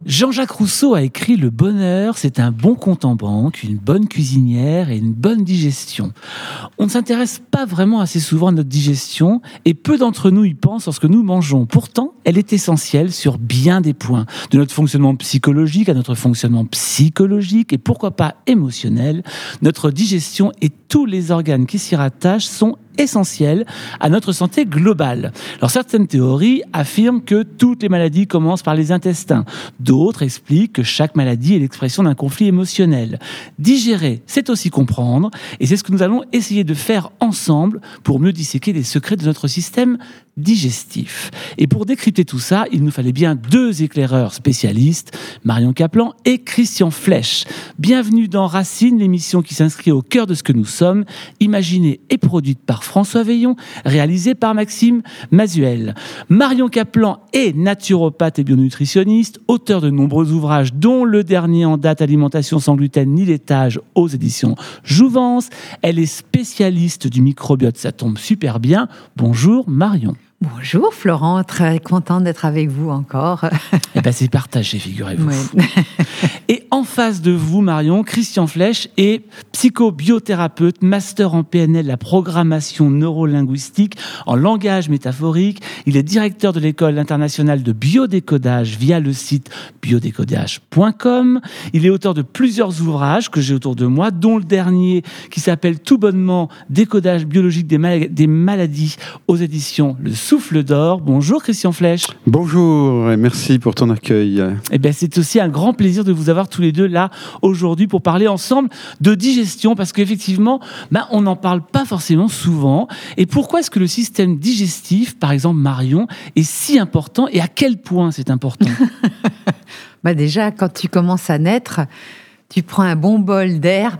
Jean-Jacques Rousseau a écrit « Le bonheur, c'est un bon compte en banque, une bonne cuisinière et une bonne digestion ». On ne s'intéresse pas vraiment assez souvent à notre digestion et peu d'entre nous y pensent lorsque nous mangeons. Pourtant, elle est essentielle sur bien des points, de notre fonctionnement psychologique à notre fonctionnement psychologique et pourquoi pas émotionnel. Notre digestion et tous les organes qui s'y rattachent sont essentiels à notre santé globale. Alors certaines théories affirment que toutes les maladies commencent par les intestins. D'autres expliquent que chaque maladie est l'expression d'un conflit émotionnel. Digérer, c'est aussi comprendre, et c'est ce que nous allons essayer de faire ensemble pour mieux disséquer les secrets de notre système digestif. Et pour décrypter tout ça, il nous fallait bien deux éclaireurs spécialistes, Marion Kaplan et Christian Flech. Bienvenue dans Racine, l'émission qui s'inscrit au cœur de ce que nous sommes, imaginée et produite par François Veillon, réalisée par Maxime Mazuel. Marion Kaplan est naturopathe et bionutritionniste, auteur de nombreux ouvrages, dont le dernier en date Alimentation sans gluten ni laitage aux éditions Jouvence. Elle est spécialiste du microbiote, ça tombe super bien. Bonjour Marion. Bonjour Florent, très contente d'être avec vous encore. Eh bien c'est partagé, figurez-vous. Oui. Et en face de vous, Marion, Christian Flech est psychobiothérapeute, master en PNL, la programmation neurolinguistique en langage métaphorique. Il est directeur de l'école internationale de biodécodage via le site biodécodage.com. Il est auteur de plusieurs ouvrages que j'ai autour de moi, dont le dernier qui s'appelle tout bonnement Décodage biologique des maladies aux éditions Le Souffle d'Or. Bonjour Christian Flech. Bonjour et merci pour ton accueil. Eh bien, c'est aussi un grand plaisir de vous avoir tous les deux là aujourd'hui pour parler ensemble de digestion parce qu'effectivement, on n'en parle pas forcément souvent. Et pourquoi est-ce que le système digestif, par exemple Marion, est si important et à quel point c'est important? Déjà, quand tu commences à naître, tu prends un bon bol d'air,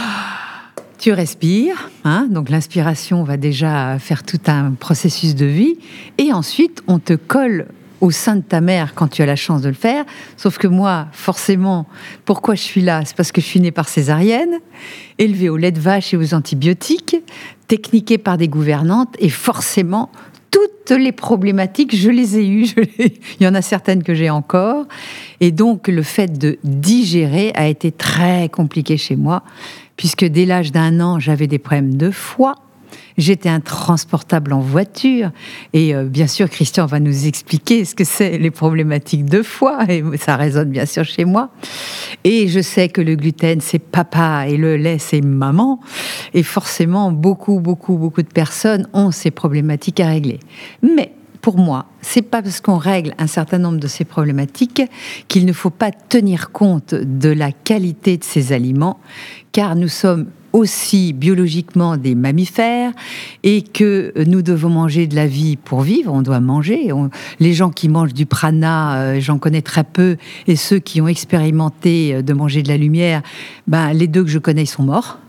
tu respires, donc l'inspiration va déjà faire tout un processus de vie, et ensuite on te colle au sein de ta mère quand tu as la chance de le faire. Sauf que moi, forcément, pourquoi je suis là? C'est parce que je suis née par césarienne, élevée au lait de vache et aux antibiotiques, techniquée par des gouvernantes, et forcément, toutes les problématiques, je les ai eues. Il y en a certaines que j'ai encore. Et donc, le fait de digérer a été très compliqué chez moi, puisque dès l'âge d'1 an, j'avais des problèmes de foie. J'étais intransportable en voiture. Et bien sûr, Christian va nous expliquer ce que c'est les problématiques de foie. Et ça résonne bien sûr chez moi. Et je sais que le gluten, c'est papa et le lait, c'est maman. Et forcément, beaucoup de personnes ont ces problématiques à régler. Mais pour moi, c'est pas parce qu'on règle un certain nombre de ces problématiques qu'il ne faut pas tenir compte de la qualité de ces aliments, car nous sommes aussi biologiquement des mammifères et que nous devons manger de la vie pour vivre. On doit manger. Les gens qui mangent du prana, j'en connais très peu, et ceux qui ont expérimenté de manger de la lumière, les deux que je connais sont morts.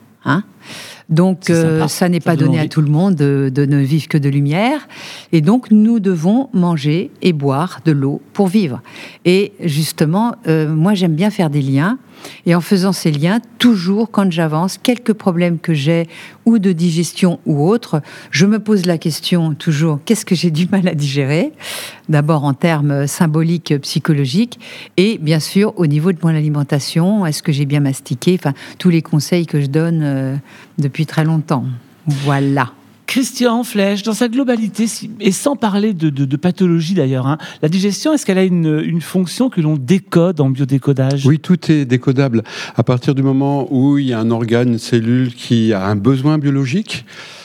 Donc, ça n'est pas donné à tout le monde de ne vivre que de lumière. Et donc, nous devons manger et boire de l'eau pour vivre. Et justement, moi, j'aime bien faire des liens. Et en faisant ces liens, toujours quand j'avance, quelques problèmes que j'ai, ou de digestion ou autre, je me pose la question toujours, qu'est-ce que j'ai du mal à digérer? D'abord en termes symboliques, psychologiques, et bien sûr au niveau de mon alimentation, est-ce que j'ai bien mastiqué? Enfin, tous les conseils que je donne depuis très longtemps. Voilà. Christian Flech, dans sa globalité, et sans parler de pathologie d'ailleurs, la digestion, est-ce qu'elle a une fonction que l'on décode en biodécodage? Oui, tout est décodable. À partir du moment où il y a un organe, une cellule qui a un besoin biologique,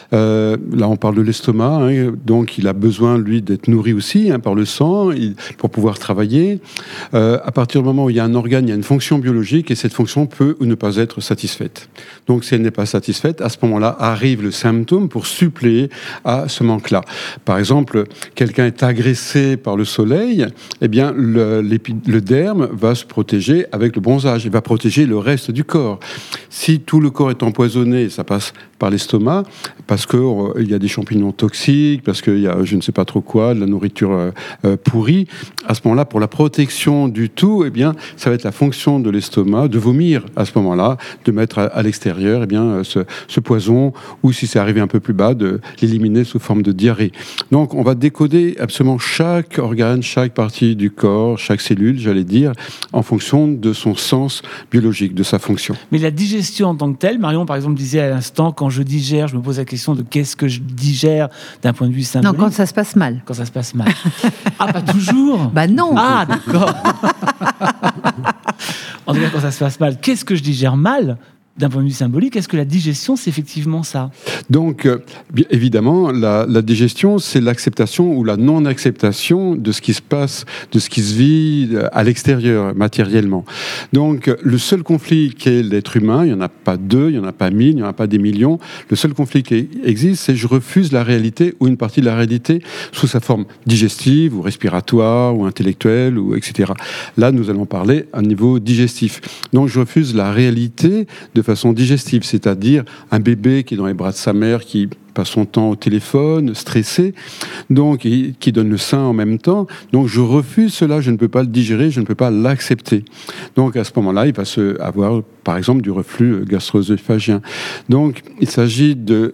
là on parle de l'estomac, donc il a besoin lui d'être nourri aussi par le sang pour pouvoir travailler. À partir du moment où il y a un organe, il y a une fonction biologique et cette fonction peut ou ne pas être satisfaite. Donc si elle n'est pas satisfaite, à ce moment-là arrive le symptôme pour suppléer à ce manque-là. Par exemple, quelqu'un est agressé par le soleil, eh bien le derme va se protéger avec le bronzage, il va protéger le reste du corps. Si tout le corps est empoisonné, ça passe par l'estomac, parce parce qu'il y a des champignons toxiques, parce qu'il y a je ne sais pas trop quoi, de la nourriture pourrie. À ce moment-là, pour la protection du tout, eh bien, ça va être la fonction de l'estomac de vomir à ce moment-là, de mettre à l'extérieur eh bien, ce poison, ou si c'est arrivé un peu plus bas, de l'éliminer sous forme de diarrhée. Donc, on va décoder absolument chaque organe, chaque partie du corps, chaque cellule, j'allais dire, en fonction de son sens biologique, de sa fonction. Mais la digestion en tant que telle, Marion, par exemple, disait à l'instant, quand je digère, je me pose la question de qu'est-ce que je digère d'un point de vue symbolique. Non, quand ça se passe mal. Quand ça se passe mal. Ah, pas toujours. Bah non. Ah, d'accord. En tout cas, quand ça se passe mal, qu'est-ce que je digère mal d'un point de vue symbolique? Est-ce que la digestion, c'est effectivement ça? Donc, bien évidemment, la digestion, c'est l'acceptation ou la non-acceptation de ce qui se passe, de ce qui se vit à l'extérieur, matériellement. Donc, le seul conflit qu'est l'être humain, il n'y en a pas 2, il n'y en a pas 1000, il n'y en a pas des millions. Le seul conflit qui existe, c'est je refuse la réalité ou une partie de la réalité sous sa forme digestive ou respiratoire ou intellectuelle, ou etc. Là, nous allons parler à un niveau digestif. Donc, je refuse la réalité de façon digestive, c'est-à-dire un bébé qui est dans les bras de sa mère, qui passe son temps au téléphone, stressé, donc qui donne le sein en même temps. Donc je refuse cela, je ne peux pas le digérer, je ne peux pas l'accepter. Donc à ce moment-là, il va avoir, par exemple, du reflux gastro-œsophagien. Donc il s'agit de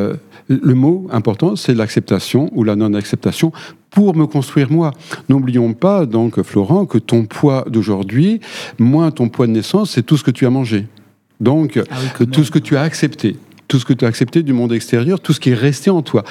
le mot important, c'est l'acceptation ou la non-acceptation pour me construire moi. N'oublions pas, donc, Florent, que ton poids d'aujourd'hui, moins ton poids de naissance, c'est tout ce que tu as mangé. Donc, tout ce que tu as accepté. Tout ce que tu as accepté du monde extérieur, tout ce qui est resté en toi.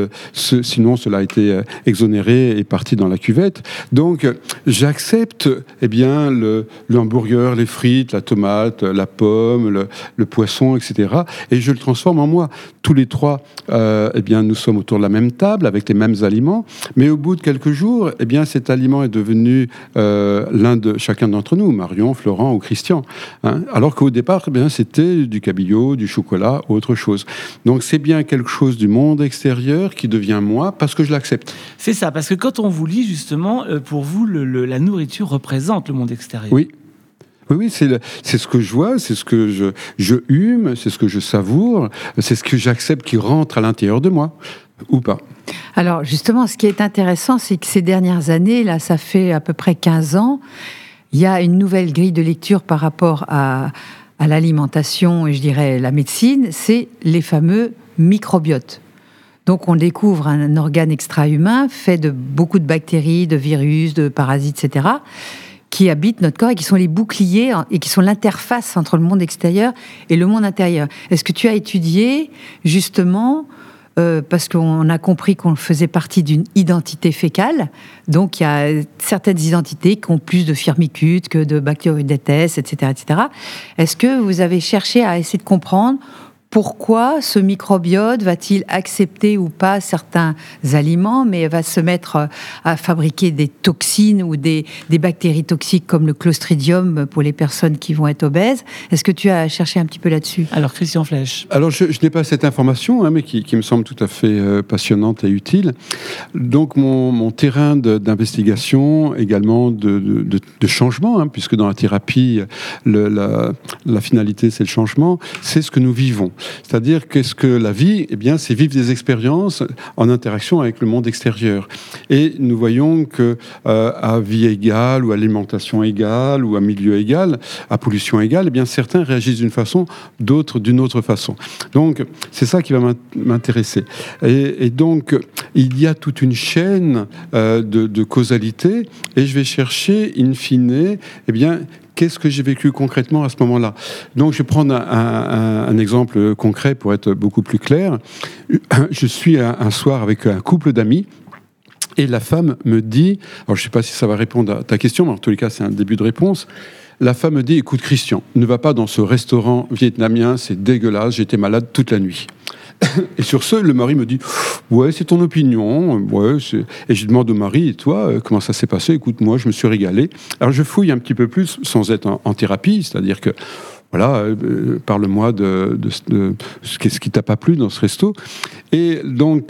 Sinon, cela a été exonéré et parti dans la cuvette. Donc, j'accepte eh bien, le hamburger, les frites, la tomate, la pomme, le poisson, etc. Et je le transforme en moi. Tous les trois, eh bien, nous sommes autour de la même table, avec les mêmes aliments. Mais au bout de quelques jours, eh bien, cet aliment est devenu l'un de chacun d'entre nous, Marion, Florent ou Christian. Hein, alors qu'au départ, eh bien, c'était du cabillaud, du chocolat, autre chose. Donc c'est bien quelque chose du monde extérieur qui devient moi parce que je l'accepte. C'est ça, parce que quand on vous lit justement, pour vous, la nourriture représente le monde extérieur. Oui. Oui, c'est ce que je vois, c'est ce que je hume, c'est ce que je savoure, c'est ce que j'accepte qui rentre à l'intérieur de moi, ou pas. Alors justement, ce qui est intéressant, c'est que ces dernières années, là, ça fait à peu près 15 ans, il y a une nouvelle grille de lecture par rapport à l'alimentation et je dirais la médecine, c'est les fameux microbiotes. Donc on découvre un organe extra-humain fait de beaucoup de bactéries, de virus, de parasites, etc., qui habitent notre corps et qui sont les boucliers et qui sont l'interface entre le monde extérieur et le monde intérieur. Est-ce que tu as étudié justement, parce qu'on a compris qu'on faisait partie d'une identité fécale, donc il y a certaines identités qui ont plus de firmicutes que de bactéroïdetes, etc., etc. Est-ce que vous avez cherché à essayer de comprendre pourquoi ce microbiote va-t-il accepter ou pas certains aliments, mais va se mettre à fabriquer des toxines ou des bactéries toxiques comme le Clostridium pour les personnes qui vont être obèses? Est-ce que tu as cherché un petit peu là-dessus? Alors, Christian Flech. Alors, je n'ai pas cette information, mais qui me semble tout à fait passionnante et utile. Donc, mon terrain d'investigation, également de changement, puisque dans la thérapie, la finalité, c'est le changement, c'est ce que nous vivons. C'est-à-dire qu'est-ce que la vie, eh bien, c'est vivre des expériences en interaction avec le monde extérieur. Et nous voyons que à vie égale, ou à alimentation égale, ou à milieu égal, à pollution égale, eh bien, certains réagissent d'une façon, d'autres d'une autre façon. Donc, c'est ça qui va m'intéresser. Et donc, il y a toute une chaîne de causalité, et je vais chercher, in fine, eh bien, qu'est-ce que j'ai vécu concrètement à ce moment-là? Donc, je vais prendre un exemple concret pour être beaucoup plus clair. Je suis un soir avec un couple d'amis et la femme me dit, alors je ne sais pas si ça va répondre à ta question, mais en tous les cas, c'est un début de réponse. La femme me dit, écoute Christian, ne va pas dans ce restaurant vietnamien, c'est dégueulasse, j'étais malade toute la nuit. Et sur ce, le mari me dit « Ouais, c'est ton opinion. Ouais, et je demande au mari « Et toi, comment ça s'est passé ? Écoute, moi, je me suis régalé. » Alors, je fouille un petit peu plus sans être en thérapie, c'est-à-dire que voilà, parle-moi de ce qui t'a pas plu dans ce resto. Et donc,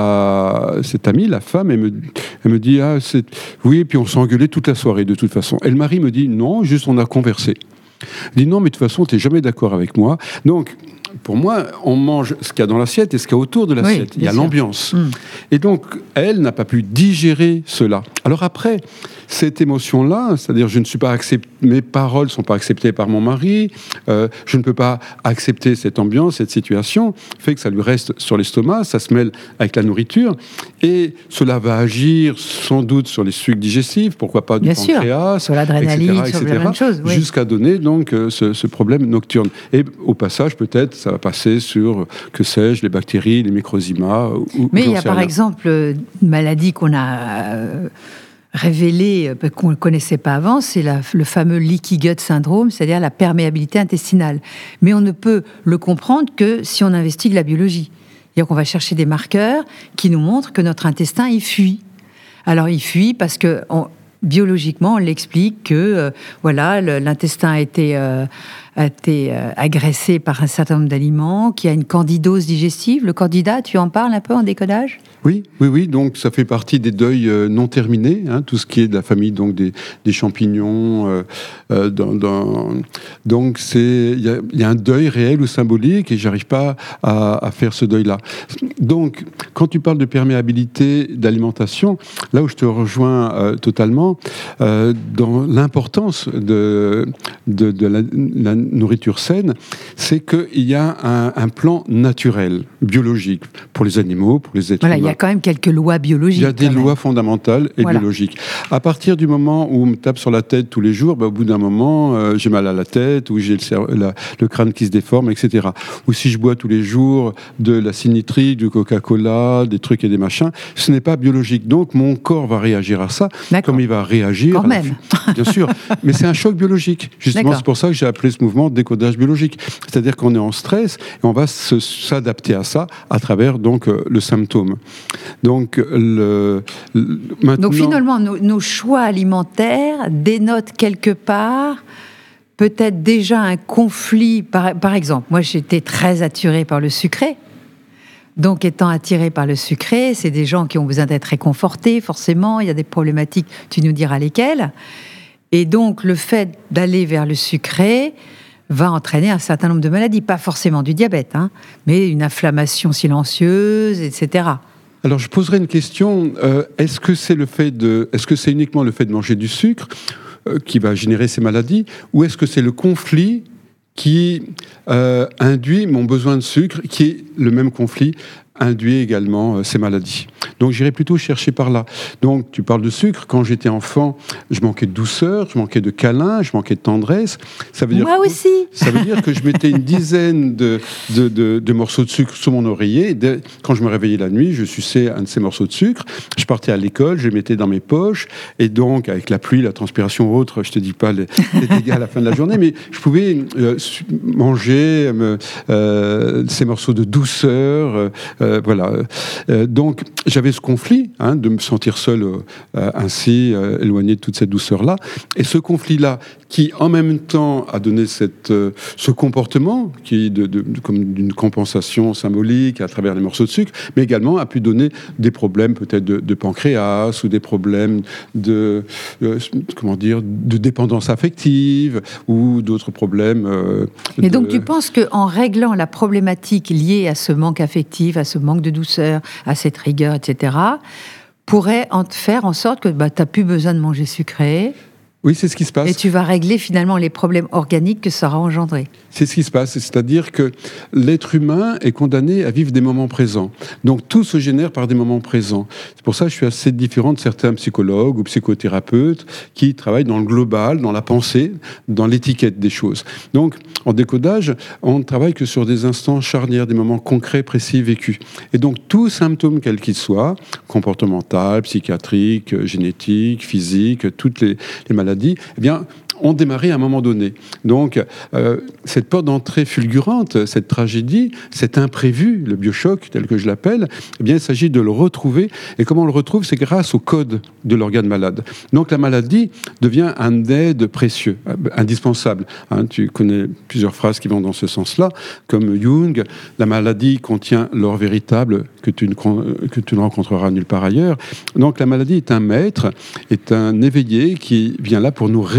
cette amie, la femme, elle me dit « Ah, oui, et puis on s'est engueulé toute la soirée, de toute façon. » Et le mari me dit « Non, juste on a conversé. » Il dit « Non, mais de toute façon, t'es jamais d'accord avec moi. » Donc, pour moi, on mange ce qu'il y a dans l'assiette et ce qu'il y a autour de l'assiette. Il y a l'ambiance. Et donc, elle n'a pas pu digérer cela. Alors après, cette émotion-là, c'est-à-dire mes paroles ne sont pas acceptées par mon mari, je ne peux pas accepter cette ambiance, cette situation, fait que ça lui reste sur l'estomac, ça se mêle avec la nourriture, et cela va agir sans doute sur les sucs digestifs, pourquoi pas du pancréas, sur l'adrénaline, etc., sur la même chose, jusqu'à donner donc ce problème nocturne. Et au passage, peut-être, ça va passer sur, que sais-je, les bactéries, les microzymas. Mais il y a par exemple une maladie qu'on a révélée, qu'on ne connaissait pas avant, c'est le fameux leaky gut syndrome, c'est-à-dire la perméabilité intestinale. Mais on ne peut le comprendre que si on investigue la biologie. C'est-à-dire qu'on va chercher des marqueurs qui nous montrent que notre intestin, il fuit. Alors, il fuit parce que biologiquement, on l'explique que l'intestin a été agressé par un certain nombre d'aliments, qu'il y a une candidose digestive. Le candida, tu en parles un peu en décodage ? Oui. Donc, ça fait partie des deuils non terminés, tout ce qui est de la famille donc des champignons. Donc, il y a un deuil réel ou symbolique, et j'arrive pas à faire ce deuil-là. Donc, quand tu parles de perméabilité d'alimentation, là où je te rejoins totalement, dans l'importance de la nourriture saine, c'est qu'il y a un plan naturel, biologique, pour les animaux, pour les êtres humains. Il y a quand même quelques lois biologiques. Il y a des lois fondamentales et biologiques. À partir du moment où on me tape sur la tête tous les jours, au bout d'un moment, j'ai mal à la tête, ou j'ai le crâne qui se déforme, etc. Ou si je bois tous les jours de l'acide nitrique, du Coca-Cola, des trucs et des machins, ce n'est pas biologique. Donc mon corps va réagir à ça, comme il va réagir... Quand même. Bien sûr, mais c'est un choc biologique. Justement, c'est pour ça que j'ai appelé ce mouvement décodage biologique. C'est-à-dire qu'on est en stress et on va s'adapter à ça à travers donc le symptôme. Donc, donc finalement, nos choix alimentaires dénotent quelque part peut-être déjà un conflit. Par exemple, moi j'étais très attirée par le sucré. Donc, étant attiré par le sucré, c'est des gens qui ont besoin d'être réconfortés, forcément. Il y a des problématiques, tu nous diras lesquelles. Et donc, le fait d'aller vers le sucré va entraîner un certain nombre de maladies. Pas forcément du diabète, mais une inflammation silencieuse, etc. Alors, je poserai une question. Est-ce que c'est uniquement le fait de manger du sucre qui va générer ces maladies, ou est-ce que c'est le conflit qui induit mon besoin de sucre, qui est le même conflit induit également ces maladies. Donc j'irai plutôt chercher par là. Donc tu parles de sucre. Quand j'étais enfant, je manquais de douceur, je manquais de câlins, je manquais de tendresse. Moi aussi. Ça veut dire que je mettais une dizaine de morceaux de sucre sur mon oreiller. Quand je me réveillais la nuit, je suçais un de ces morceaux de sucre. Je partais à l'école, je les mettais dans mes poches. Et donc avec la pluie, la transpiration autre, je te dis pas les dégâts à la fin de la journée, mais je pouvais manger ces morceaux de douceur. Donc j'avais ce conflit de me sentir seul ainsi, éloigné de toute cette douceur-là. Et ce conflit-là, qui en même temps a donné ce comportement qui comme d'une compensation symbolique à travers les morceaux de sucre, mais également a pu donner des problèmes peut-être de pancréas ou des problèmes de dépendance affective ou d'autres problèmes. Et donc tu penses qu'en réglant la problématique liée à ce manque affectif, à ce manque de douceur, à cette rigueur, etc., pourrait faire en sorte que tu n'as plus besoin de manger sucré. Oui, c'est ce qui se passe. Et tu vas régler finalement les problèmes organiques que ça aura engendré. C'est ce qui se passe, c'est-à-dire que l'être humain est condamné à vivre des moments présents. Donc tout se génère par des moments présents. C'est pour ça que je suis assez différent de certains psychologues ou psychothérapeutes qui travaillent dans le global, dans la pensée, dans l'étiquette des choses. Donc en décodage, on ne travaille que sur des instants charnières, des moments concrets, précis, vécus. Et donc tout symptôme quel qu'il soit, comportemental, psychiatrique, génétique, physique, toutes les maladies, eh bien, ont démarré à un moment donné. Donc, cette porte d'entrée fulgurante, cette tragédie, cet imprévu, le biochoc, tel que je l'appelle, eh bien, il s'agit de le retrouver. Et comment on le retrouve ? C'est grâce au code de l'organe malade. Donc, la maladie devient un aide précieux, indispensable. Tu connais plusieurs phrases qui vont dans ce sens-là, comme Jung, la maladie contient l'or véritable que tu ne rencontreras nulle part ailleurs. Donc, la maladie est un maître, est un éveillé qui vient là pour nous réveiller,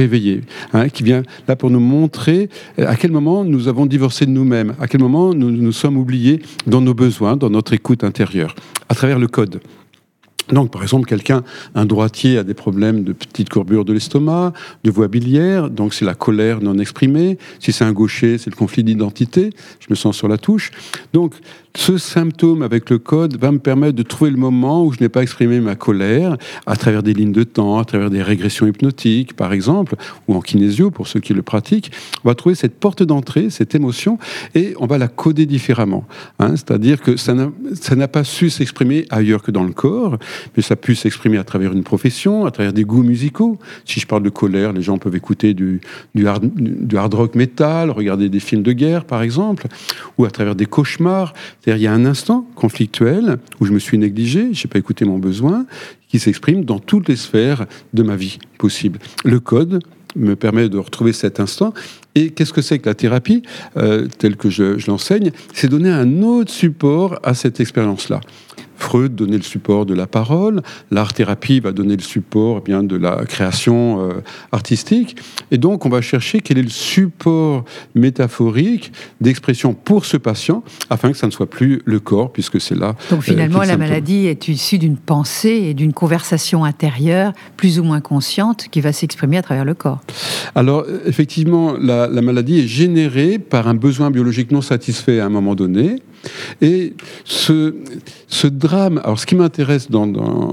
qui vient là pour nous montrer à quel moment nous avons divorcé de nous-mêmes, à quel moment nous nous sommes oubliés dans nos besoins, dans notre écoute intérieure, à travers le code. Donc, par exemple, un droitier a des problèmes de petites courbures de l'estomac, de voie biliaire, donc c'est la colère non exprimée. Si c'est un gaucher, c'est le conflit d'identité. Je me sens sur la touche. Donc, ce symptôme avec le code va me permettre de trouver le moment où je n'ai pas exprimé ma colère à travers des lignes de temps, à travers des régressions hypnotiques, par exemple, ou en kinésio, pour ceux qui le pratiquent. On va trouver cette porte d'entrée, cette émotion, et on va la coder différemment. C'est-à-dire que ça n'a pas su s'exprimer ailleurs que dans le corps, mais ça a pu s'exprimer à travers une profession, à travers des goûts musicaux. Si je parle de colère, les gens peuvent écouter du hard rock metal, regarder des films de guerre, par exemple, ou à travers des cauchemars. C'est-à-dire, il y a un instant conflictuel où je me suis négligé, je n'ai pas écouté mon besoin, qui s'exprime dans toutes les sphères de ma vie possible. Le code me permet de retrouver cet instant. Et qu'est-ce que c'est que la thérapie, telle que je l'enseigne? C'est donner un autre support à cette expérience-là. Freud donnait le support de la parole, l'art-thérapie va donner le support de la création artistique, et donc on va chercher quel est le support métaphorique d'expression pour ce patient, afin que ça ne soit plus le corps, puisque c'est là... Donc finalement, la maladie est issue d'une pensée et d'une conversation intérieure, plus ou moins consciente, qui va s'exprimer à travers le corps. Alors, effectivement, la maladie est générée par un besoin biologique non satisfait à un moment donné, et ce drame, alors ce qui m'intéresse dans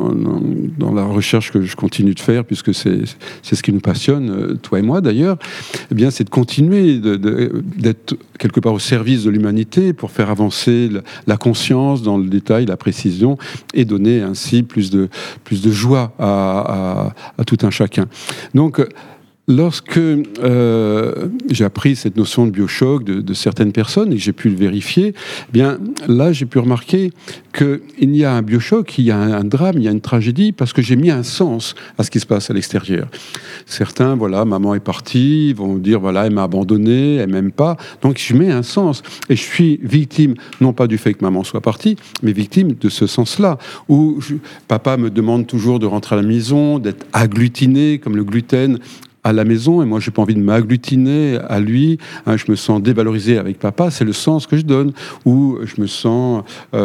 la recherche que je continue de faire, puisque c'est ce qui nous passionne, toi et moi d'ailleurs, eh bien, c'est de continuer d'être quelque part au service de l'humanité pour faire avancer la conscience dans le détail, la précision, et donner ainsi plus de joie à tout un chacun. Donc, lorsque j'ai appris cette notion de biochoc de certaines personnes et que j'ai pu le vérifier, eh bien là j'ai pu remarquer qu'il y a un biochoc, il y a un drame, il y a une tragédie, parce que j'ai mis un sens à ce qui se passe à l'extérieur. Certains, voilà, maman est partie, vont dire, voilà, elle m'a abandonné, elle m'aime pas. Donc je mets un sens et je suis victime, non pas du fait que maman soit partie, mais victime de ce sens-là, où papa me demande toujours de rentrer à la maison, d'être agglutiné comme le gluten à la maison, et moi j'ai pas envie de m'agglutiner à lui, je me sens dévalorisé avec papa, c'est le sens que je donne, ou je me sens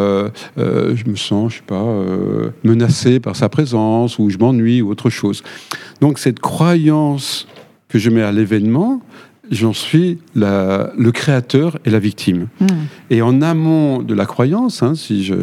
je sais pas, menacé par sa présence, ou je m'ennuie, ou autre chose. Donc cette croyance que je mets à l'événement, j'en suis le créateur et la victime. Et en amont de la croyance, si je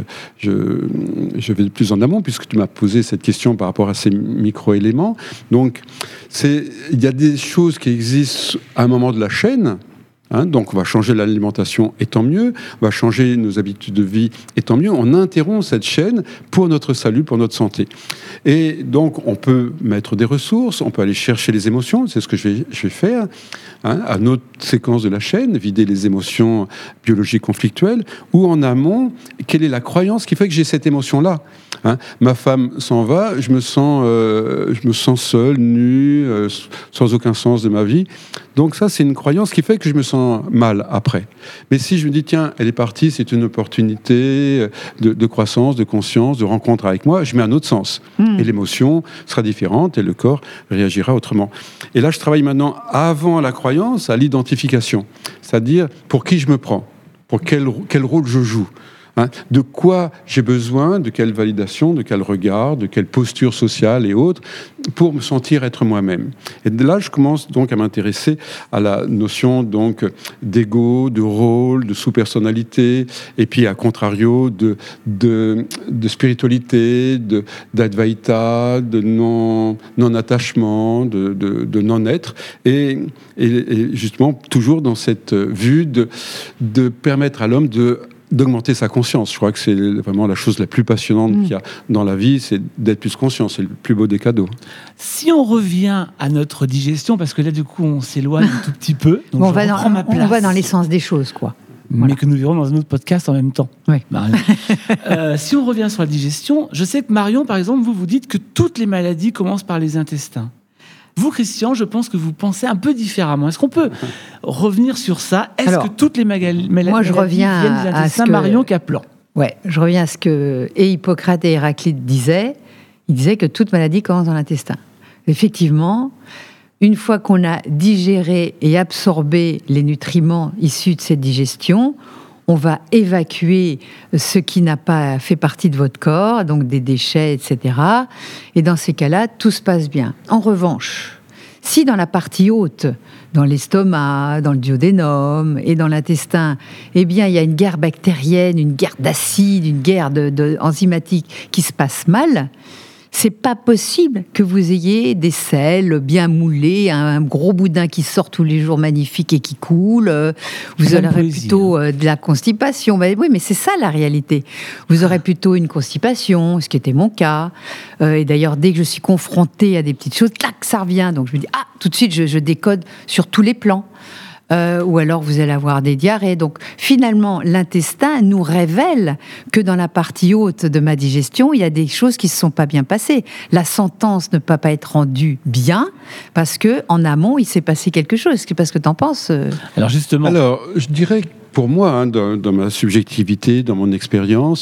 vais plus en amont, puisque tu m'as posé cette question par rapport à ces micro-éléments, donc il y a des choses qui existent à un moment de la chaîne. Donc on va changer l'alimentation, et tant mieux. On va changer nos habitudes de vie, et tant mieux. On interrompt cette chaîne pour notre salut, pour notre santé. Et donc on peut mettre des ressources, on peut aller chercher les émotions, c'est ce que je vais faire, à notre séquence de la chaîne, vider les émotions biologiques conflictuelles, ou en amont, quelle est la croyance qui fait que j'ai cette émotion-là. Ma femme s'en va, je me sens seul, nu, sans aucun sens de ma vie. Donc ça, c'est une croyance qui fait que je me sens mal après. Mais si je me dis, tiens, elle est partie, c'est une opportunité de croissance, de conscience, de rencontre avec moi, je mets un autre sens. Et l'émotion sera différente et le corps réagira autrement. Et là, je travaille maintenant avant la croyance, à l'identification. C'est-à-dire, pour qui je me prends, pour quel rôle je joue. De quoi j'ai besoin, de quelle validation, de quel regard, de quelle posture sociale et autres, pour me sentir être moi-même. Et de là, je commence donc à m'intéresser à la notion donc d'ego, de rôle, de sous-personnalité, et puis à contrario de spiritualité, d'advaita, de non-attachement, de non-être, et justement toujours dans cette vue de permettre à l'homme d'augmenter sa conscience. Je crois que c'est vraiment la chose la plus passionnante qu'il y a dans la vie, c'est d'être plus conscient, c'est le plus beau des cadeaux. Si on revient à notre digestion, parce que là du coup on s'éloigne un tout petit peu, donc on va dans l'essence des choses, quoi. Mais Voilà. que nous verrons dans un autre podcast en même temps. Oui. Si on revient sur la digestion, je sais que Marion, par exemple, vous dites que toutes les maladies commencent par les intestins. Vous, Christian, je pense que vous pensez un peu différemment. Est-ce qu'on peut revenir sur ça? Est-ce que toutes les maladies viennent des intestins? Marion Kaplan. Ouais, je reviens à ce que Hippocrate et Héraclite disaient. Ils disaient que toute maladie commence dans l'intestin. Effectivement, Une fois qu'on a digéré et absorbé les nutriments issus de cette digestion, on va évacuer ce qui n'a pas fait partie de votre corps, donc des déchets, etc. Et dans ces cas-là, tout se passe bien. En revanche, si dans la partie haute, dans l'estomac, dans le duodénum et dans l'intestin, eh bien, il y a une guerre bactérienne, une guerre d'acide, une guerre enzymatique qui se passe mal, c'est pas possible que vous ayez des selles bien moulées, un gros boudin qui sort tous les jours magnifique et qui coule. Vous aurez plutôt de la constipation. Oui, mais c'est ça la réalité. Vous aurez plutôt une constipation, ce qui était mon cas. Et d'ailleurs, dès que je suis confrontée à des petites choses, clac, ça revient. Donc je me dis, tout de suite, je décode sur tous les plans. Ou alors vous allez avoir des diarrhées. Donc finalement, l'intestin nous révèle que dans la partie haute de ma digestion, il y a des choses qui ne se sont pas bien passées. La sentence ne peut pas être rendue bien parce qu'en amont, il s'est passé quelque chose. Qu'est-ce que tu en penses ? Alors justement... Alors, je dirais que pour moi, dans ma subjectivité, dans mon expérience,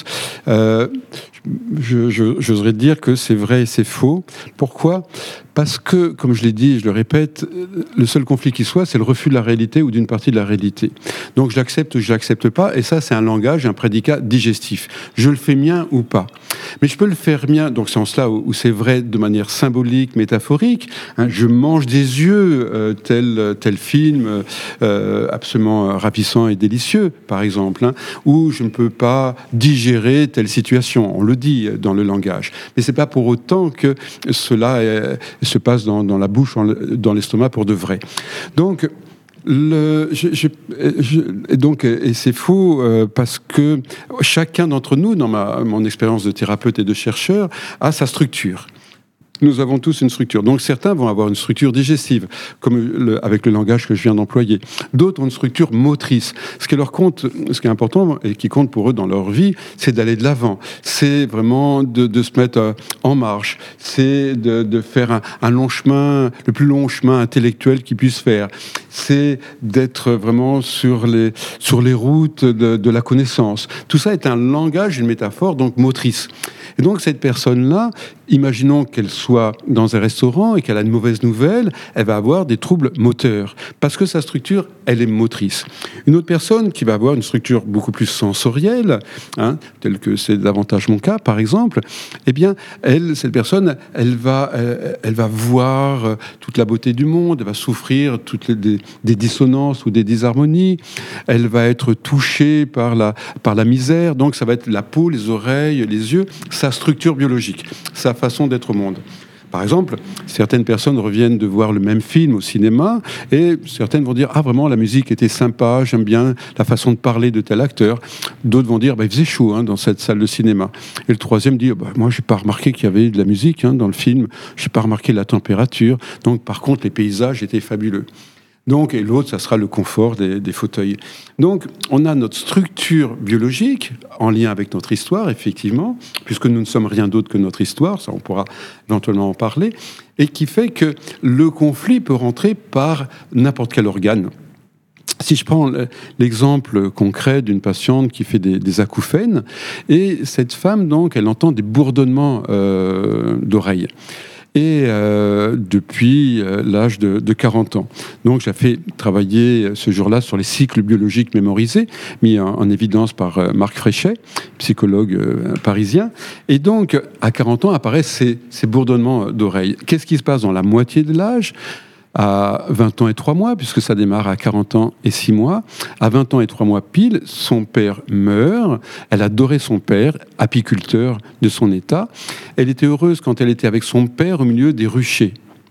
j'oserais dire que c'est vrai et c'est faux. Pourquoi ? Parce que, comme je l'ai dit et je le répète, le seul conflit qui soit, c'est le refus de la réalité ou d'une partie de la réalité. Donc je l'accepte ou je l'accepte pas, et ça c'est un langage, un prédicat digestif. Je le fais mien ou pas. Mais je peux le faire mien, donc c'est en cela où c'est vrai de manière symbolique, métaphorique. Je mange des yeux, tel film absolument ravissant et délicieux, par exemple, ou je ne peux pas digérer telle situation. On le dit dans le langage. Mais c'est pas pour autant que cela se passe dans la bouche, dans l'estomac pour de vrai. Donc, et c'est faux parce que chacun d'entre nous, dans mon expérience de thérapeute et de chercheur, a sa structure. Nous avons tous une structure. Donc certains vont avoir une structure digestive, comme avec le langage que je viens d'employer. D'autres ont une structure motrice. Ce qui est important et qui compte pour eux dans leur vie, c'est d'aller de l'avant. C'est vraiment de se mettre en marche. C'est de faire un long chemin, le plus long chemin intellectuel qu'ils puissent faire. C'est d'être vraiment sur les routes de la connaissance. Tout ça est un langage, une métaphore, donc motrice. Et donc cette personne-là, imaginons qu'elle soit dans un restaurant et qu'elle a une mauvaise nouvelle, elle va avoir des troubles moteurs, parce que sa structure, elle est motrice. Une autre personne qui va avoir une structure beaucoup plus sensorielle, telle que c'est davantage mon cas, par exemple, eh bien, cette personne, elle va voir toute la beauté du monde, elle va souffrir des dissonances ou des disharmonies, elle va être touchée par la misère, donc ça va être la peau, les oreilles, les yeux, sa structure biologique, sa façon d'être au monde. Par exemple, certaines personnes reviennent de voir le même film au cinéma et certaines vont dire « Ah, vraiment, la musique était sympa, j'aime bien la façon de parler de tel acteur ». D'autres vont dire « Il faisait chaud dans cette salle de cinéma ». Et le troisième dit « Moi, je n'ai pas remarqué qu'il y avait de la musique dans le film, je n'ai pas remarqué la température. Donc, par contre, les paysages étaient fabuleux ». Donc, et l'autre, ça sera le confort des fauteuils. Donc, on a notre structure biologique en lien avec notre histoire, effectivement, puisque nous ne sommes rien d'autre que notre histoire, ça on pourra éventuellement en parler, et qui fait que le conflit peut rentrer par n'importe quel organe. Si je prends l'exemple concret d'une patiente qui fait des acouphènes, et cette femme, donc, elle entend des bourdonnements d'oreilles. Et depuis l'âge de 40 ans. Donc, j'ai fait travailler ce jour-là sur les cycles biologiques mémorisés, mis en évidence par Marc Fréchet, psychologue parisien. Et donc, à 40 ans, apparaissent ces bourdonnements d'oreilles. Qu'est-ce qui se passe dans la moitié de l'âge ? À 20 ans et 3 mois, puisque ça démarre à 40 ans et 6 mois. À 20 ans et 3 mois pile, son père meurt. Elle adorait son père, apiculteur de son état. Elle était heureuse quand elle était avec son père au milieu des ruchers.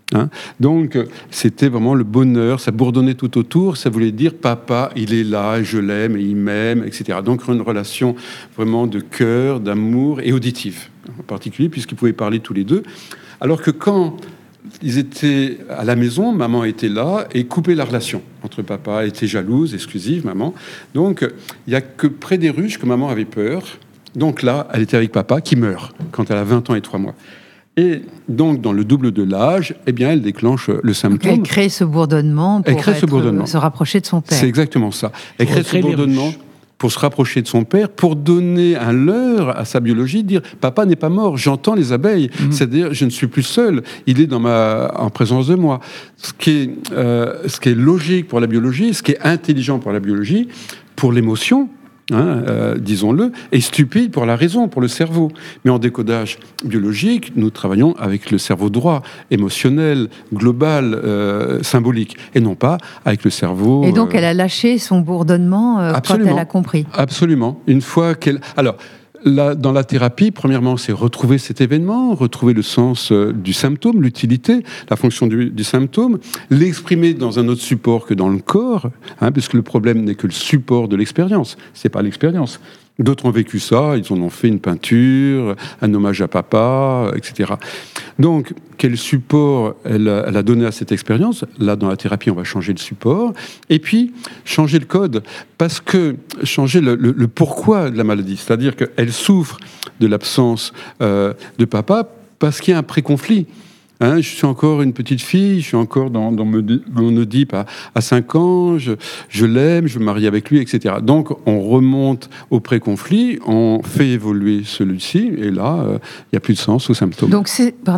Donc, c'était vraiment le bonheur. Ça bourdonnait tout autour. Ça voulait dire « Papa, il est là, je l'aime et il m'aime, etc. » Donc, une relation vraiment de cœur, d'amour et auditive, en particulier, puisqu'ils pouvaient parler tous les deux. Alors que quand ils étaient à la maison, maman était là et coupait la relation entre papa. Elle était jalouse, exclusive, maman. Donc, il n'y a que près des ruches que maman avait peur. Donc là, elle était avec papa qui meurt quand elle a 20 ans et 3 mois. Et donc, dans le double de l'âge, eh bien, elle déclenche le symptôme. Elle crée ce bourdonnement pour se rapprocher de son père. C'est exactement ça. Elle crée ce bourdonnement. pour se rapprocher de son père, pour donner un leurre à sa biologie, dire « Papa n'est pas mort, j'entends les abeilles. C'est-à-dire, je ne suis plus seul, il est en présence de moi. Ce qui est logique pour la biologie, ce qui est intelligent pour la biologie, pour l'émotion, disons-le, est stupide pour la raison, pour le cerveau. Mais en décodage biologique, nous travaillons avec le cerveau droit, émotionnel, global, symbolique, et non pas avec le cerveau... Et donc elle a lâché son bourdonnement quand elle a compris. Absolument. Une fois qu'elle... Alors, là, dans la thérapie, premièrement, c'est retrouver cet événement, retrouver le sens du symptôme, l'utilité, la fonction du symptôme, l'exprimer dans un autre support que dans le corps, puisque le problème n'est que le support de l'expérience, c'est pas l'expérience. D'autres ont vécu ça, ils en ont fait une peinture, un hommage à papa, etc. Donc, quel support elle a donné à cette expérience ? Là, dans la thérapie, on va changer le support. Et puis, changer le code. Parce que changer le pourquoi de la maladie. C'est-à-dire qu'elle souffre de l'absence de papa parce qu'il y a un préconflit. Je suis encore une petite fille, je suis encore dans mon Oedipe à 5 ans, je l'aime, je me marie avec lui, etc. Donc, on remonte au pré-conflit, on fait évoluer celui-ci, et là, il n'y a plus de sens aux symptômes. Donc,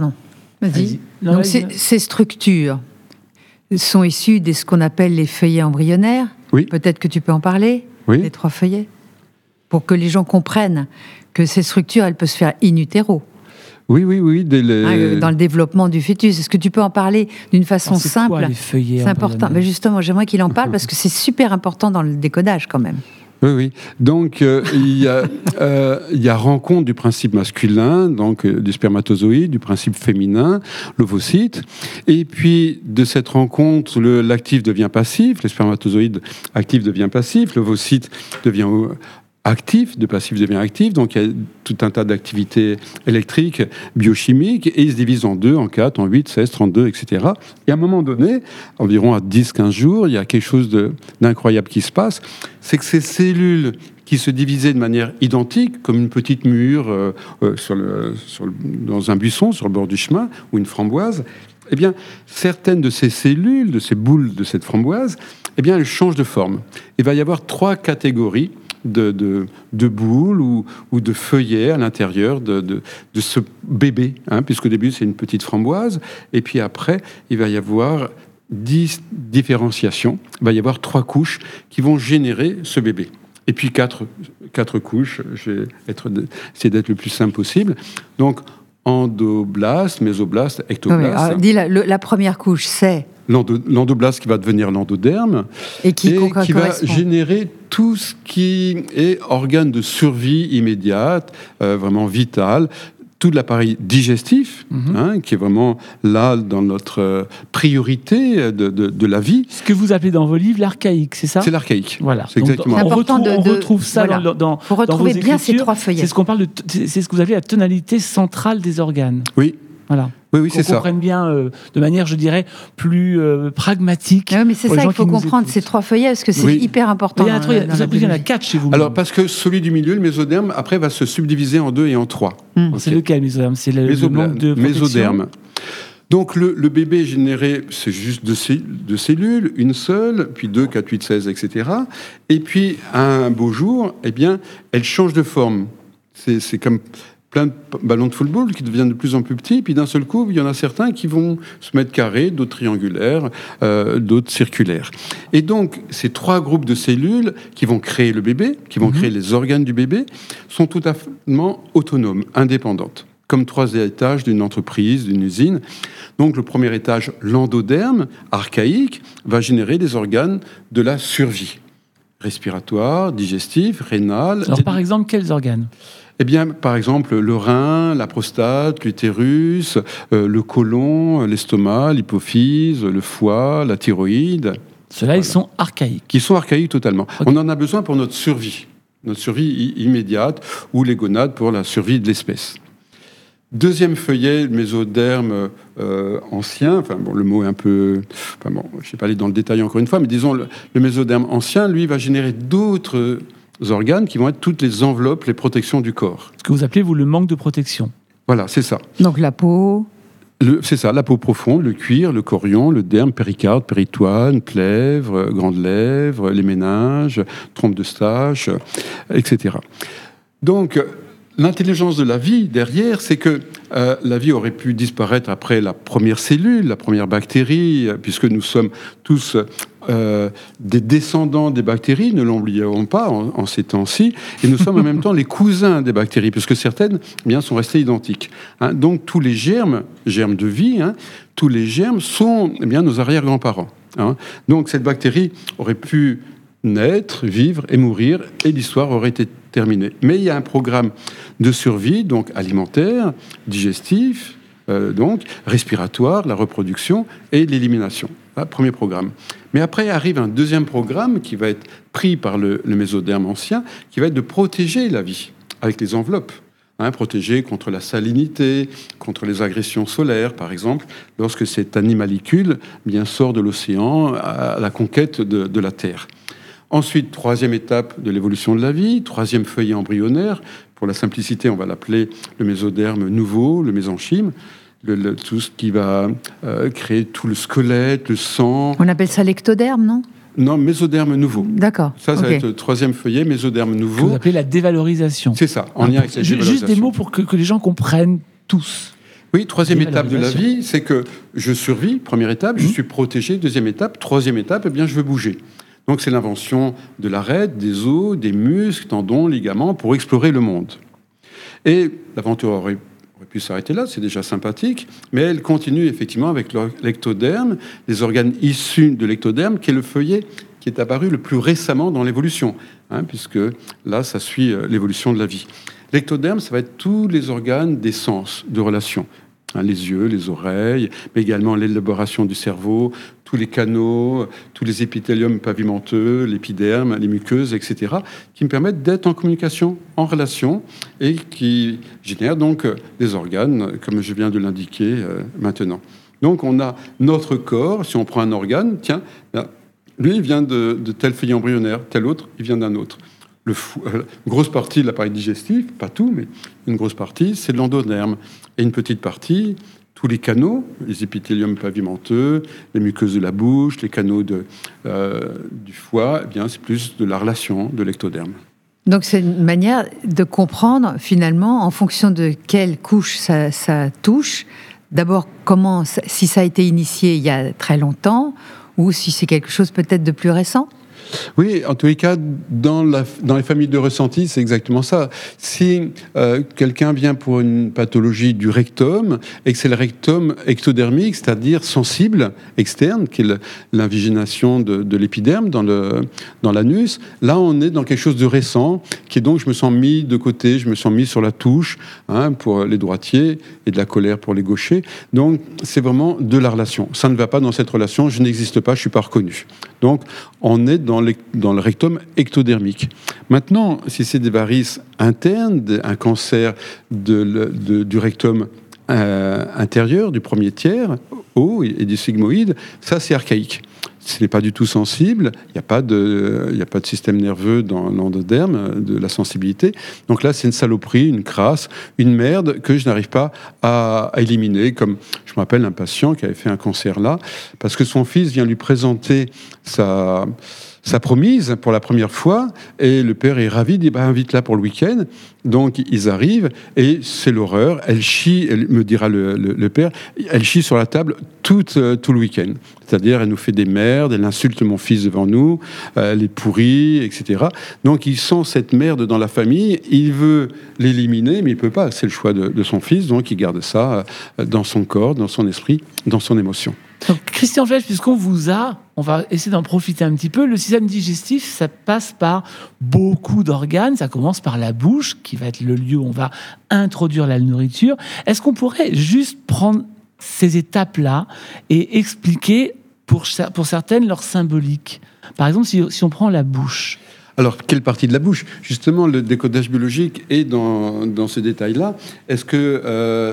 vas-y. Donc, ces structures sont issues de ce qu'on appelle les feuillets embryonnaires. Oui. Peut-être que tu peux en parler, oui. Les 3 feuillets, pour que les gens comprennent que ces structures, elles peuvent se faire in utero. Oui. Dans le développement du fœtus. Est-ce que tu peux en parler d'une façon simple ? Quoi, les feuillets C'est important. Mais justement, j'aimerais qu'il en parle parce que c'est super important dans le décodage quand même. Oui. Donc, il y a rencontre du principe masculin, donc du spermatozoïde, du principe féminin, l'ovocyte. Et puis, de cette rencontre, l'actif devient passif, le spermatozoïde actif devient passif, l'ovocyte devient actif, de passif devient actif, donc il y a tout un tas d'activités électriques, biochimiques, et il se divise en 2, en 4, en 8, 16, 32, etc. Et à un moment donné, environ à 10-15 jours, il y a quelque chose d'incroyable qui se passe, c'est que ces cellules qui se divisaient de manière identique, comme une petite mûre dans un buisson, sur le bord du chemin, ou une framboise, eh bien, certaines de ces cellules, de ces boules de cette framboise, eh bien, elles changent de forme. Il va y avoir 3 catégories de boules ou de feuillets à l'intérieur de ce bébé, puisqu'au début c'est une petite framboise, et puis après il va y avoir 10 différenciations, il va y avoir 3 couches qui vont générer ce bébé. Et puis 4 couches, je vais essayer d'être le plus simple possible. Donc endoblaste, mésoblaste, ectoblaste. Dis la première couche, c'est l'endoblaste qui va devenir l'endoderme et qui va générer tout ce qui est organe de survie immédiate, vraiment vital, tout l'appareil digestif, qui est vraiment là dans notre priorité de la vie. Ce que vous appelez dans vos livres l'archaïque, c'est ça ? C'est l'archaïque. Voilà. C'est exactement. Donc, on retrouve ça voilà. dans Faut retrouver vos bien ces écritures. 3 feuillets. C'est ce qu'on parle c'est ce que vous appelez la tonalité centrale des organes. Oui. Voilà. Oui, c'est ça. Qu'on comprenne bien de manière, je dirais, plus pragmatique. Mais c'est ça, il faut comprendre ces 3 feuillets, parce que c'est hyper important. Il y en a 4 chez vous. Alors, parce que celui du milieu, le mésoderme, après, va se subdiviser en 2 et en 3. Okay. C'est lequel, mésoderme ? C'est le manque de protection. Mésoderme. Donc, le bébé généré, c'est juste 2 cellules, une seule, puis 2, 4, 8, 16, etc. Et puis, un beau jour, eh bien, elle change de forme. C'est comme plein de ballons de football qui deviennent de plus en plus petits, puis d'un seul coup, il y en a certains qui vont se mettre carrés, d'autres triangulaires, d'autres circulaires. Et donc, ces 3 groupes de cellules qui vont créer le bébé, qui vont créer les organes du bébé, sont tout à fait autonomes, indépendantes, comme 3 étages d'une entreprise, d'une usine. Donc, le premier étage, l'endoderme, archaïque, va générer des organes de la survie, respiratoire, digestif, rénal. Alors, par exemple, quels organes ? Eh bien, par exemple, le rein, la prostate, l'utérus, le côlon, l'estomac, l'hypophyse, le foie, la thyroïde. Ceux-là, ils sont archaïques. Qui sont archaïques totalement. Okay. On en a besoin pour notre survie immédiate, ou les gonades pour la survie de l'espèce. Deuxième feuillet, le mésoderme ancien, le mot est un peu... je ne vais pas aller dans le détail encore une fois, mais disons, le mésoderme ancien, lui, va générer d'autres organes qui vont être toutes les enveloppes, les protections du corps. Ce que vous appelez, vous, le manque de protection. Voilà, c'est ça. Donc la peau, C'est ça, la peau profonde, le cuir, le chorion, le derme, péricarde, péritoine, plèvre, grandes lèvres, les méninges, trompe d'Eustache, etc. Donc, l'intelligence de la vie derrière, c'est que la vie aurait pu disparaître après la première cellule, la première bactérie, puisque nous sommes tous des descendants des bactéries, ne l'oublions pas en ces temps-ci, et nous sommes en même temps les cousins des bactéries, puisque certaines sont restées identiques. Donc tous les germes de vie, tous les germes sont nos arrière-grands-parents. Donc cette bactérie aurait pu naître, vivre et mourir, et l'histoire aurait été terminée. Mais il y a un programme de survie, donc alimentaire, digestif, donc respiratoire, la reproduction et l'élimination. Premier programme. Mais après arrive un deuxième programme qui va être pris par le mésoderme ancien, qui va être de protéger la vie avec les enveloppes. Protéger contre la salinité, contre les agressions solaires, par exemple, lorsque cet animalicule sort de l'océan à la conquête de la Terre. Ensuite, troisième étape de l'évolution de la vie, troisième feuillet embryonnaire. Pour la simplicité, on va l'appeler le mésoderme nouveau, le mésenchyme. Tout ce qui va créer tout le squelette, le sang. On appelle ça l'ectoderme, non ? Non, mésoderme nouveau. D'accord. Ça va être le troisième feuillet, mésoderme nouveau. Que vous appelez la dévalorisation. C'est ça, en lien avec la dévalorisation. Juste des mots pour que les gens comprennent tous. Oui, troisième étape de la vie, c'est que je survis, première étape, je suis protégé, deuxième étape, troisième étape, je veux bouger. Donc c'est l'invention de l'arête, des os, des muscles, tendons, ligaments, pour explorer le monde. Et l'aventure aurait pu s'arrêter là, c'est déjà sympathique, mais elle continue effectivement avec l'ectoderme, les organes issus de l'ectoderme, qui est le feuillet qui est apparu le plus récemment dans l'évolution, puisque là, ça suit l'évolution de la vie. L'ectoderme, ça va être tous les organes des sens, de relation. Les yeux, les oreilles, mais également l'élaboration du cerveau, tous les canaux, tous les épithéliums pavimenteux, l'épiderme, les muqueuses, etc., qui me permettent d'être en communication, en relation, et qui génèrent donc des organes, comme je viens de l'indiquer maintenant. Donc on a notre corps, si on prend un organe, tiens, lui il vient de tel feuillet embryonnaire, tel autre, il vient d'un autre. Une grosse partie de l'appareil digestif, pas tout, mais une grosse partie, c'est de l'endoderme. Et une petite partie, tous les canaux, les épithéliums pavimenteux, les muqueuses de la bouche, les canaux du foie, c'est plus de la relation de l'ectoderme. Donc c'est une manière de comprendre, finalement, en fonction de quelle couche ça touche, d'abord si ça a été initié il y a très longtemps, ou si c'est quelque chose peut-être de plus récent. Oui, en tous les cas, dans les familles de ressenti, c'est exactement ça. Si quelqu'un vient pour une pathologie du rectum, et que c'est le rectum ectodermique, c'est-à-dire sensible, externe, qui est l'invigénation de l'épiderme dans l'anus, là on est dans quelque chose de récent, qui est donc je me sens mis de côté, je me sens mis sur la touche, pour les droitiers, et de la colère pour les gauchers. Donc c'est vraiment de la relation. Ça ne va pas dans cette relation, je n'existe pas, je ne suis pas reconnu. Donc on est dans le rectum ectodermique. Maintenant, si c'est des varices internes, un cancer du rectum intérieur, du premier tiers, haut et du sigmoïde, ça c'est archaïque. Ce n'est pas du tout sensible, il n'y a pas de système nerveux dans l'endoderme, de la sensibilité. Donc là, c'est une saloperie, une crasse, une merde que je n'arrive pas à éliminer. Comme je me rappelle un patient qui avait fait un cancer là, parce que son fils vient lui présenter sa promise pour la première fois, et le père est ravi, dit invite-la pour le week-end. Donc ils arrivent, et c'est l'horreur. Elle chie, me dira le père, elle chie sur la table tout le week-end. C'est-à-dire, elle nous fait des merdes, elle insulte mon fils devant nous, elle est pourrie, etc. Donc il sent cette merde dans la famille, il veut l'éliminer, mais il ne peut pas. C'est le choix de son fils, donc il garde ça dans son corps, dans son esprit, dans son émotion. Donc, Christian Flech, puisqu'on on va essayer d'en profiter un petit peu. Le système digestif, ça passe par beaucoup d'organes. Ça commence par la bouche, qui va être le lieu où on va introduire la nourriture. Est-ce qu'on pourrait juste prendre ces étapes-là et expliquer pour certaines leur symbolique ? Par exemple, si on prend la bouche. Alors, quelle partie de la bouche ? Justement, le décodage biologique est dans ces détails-là. Est-ce que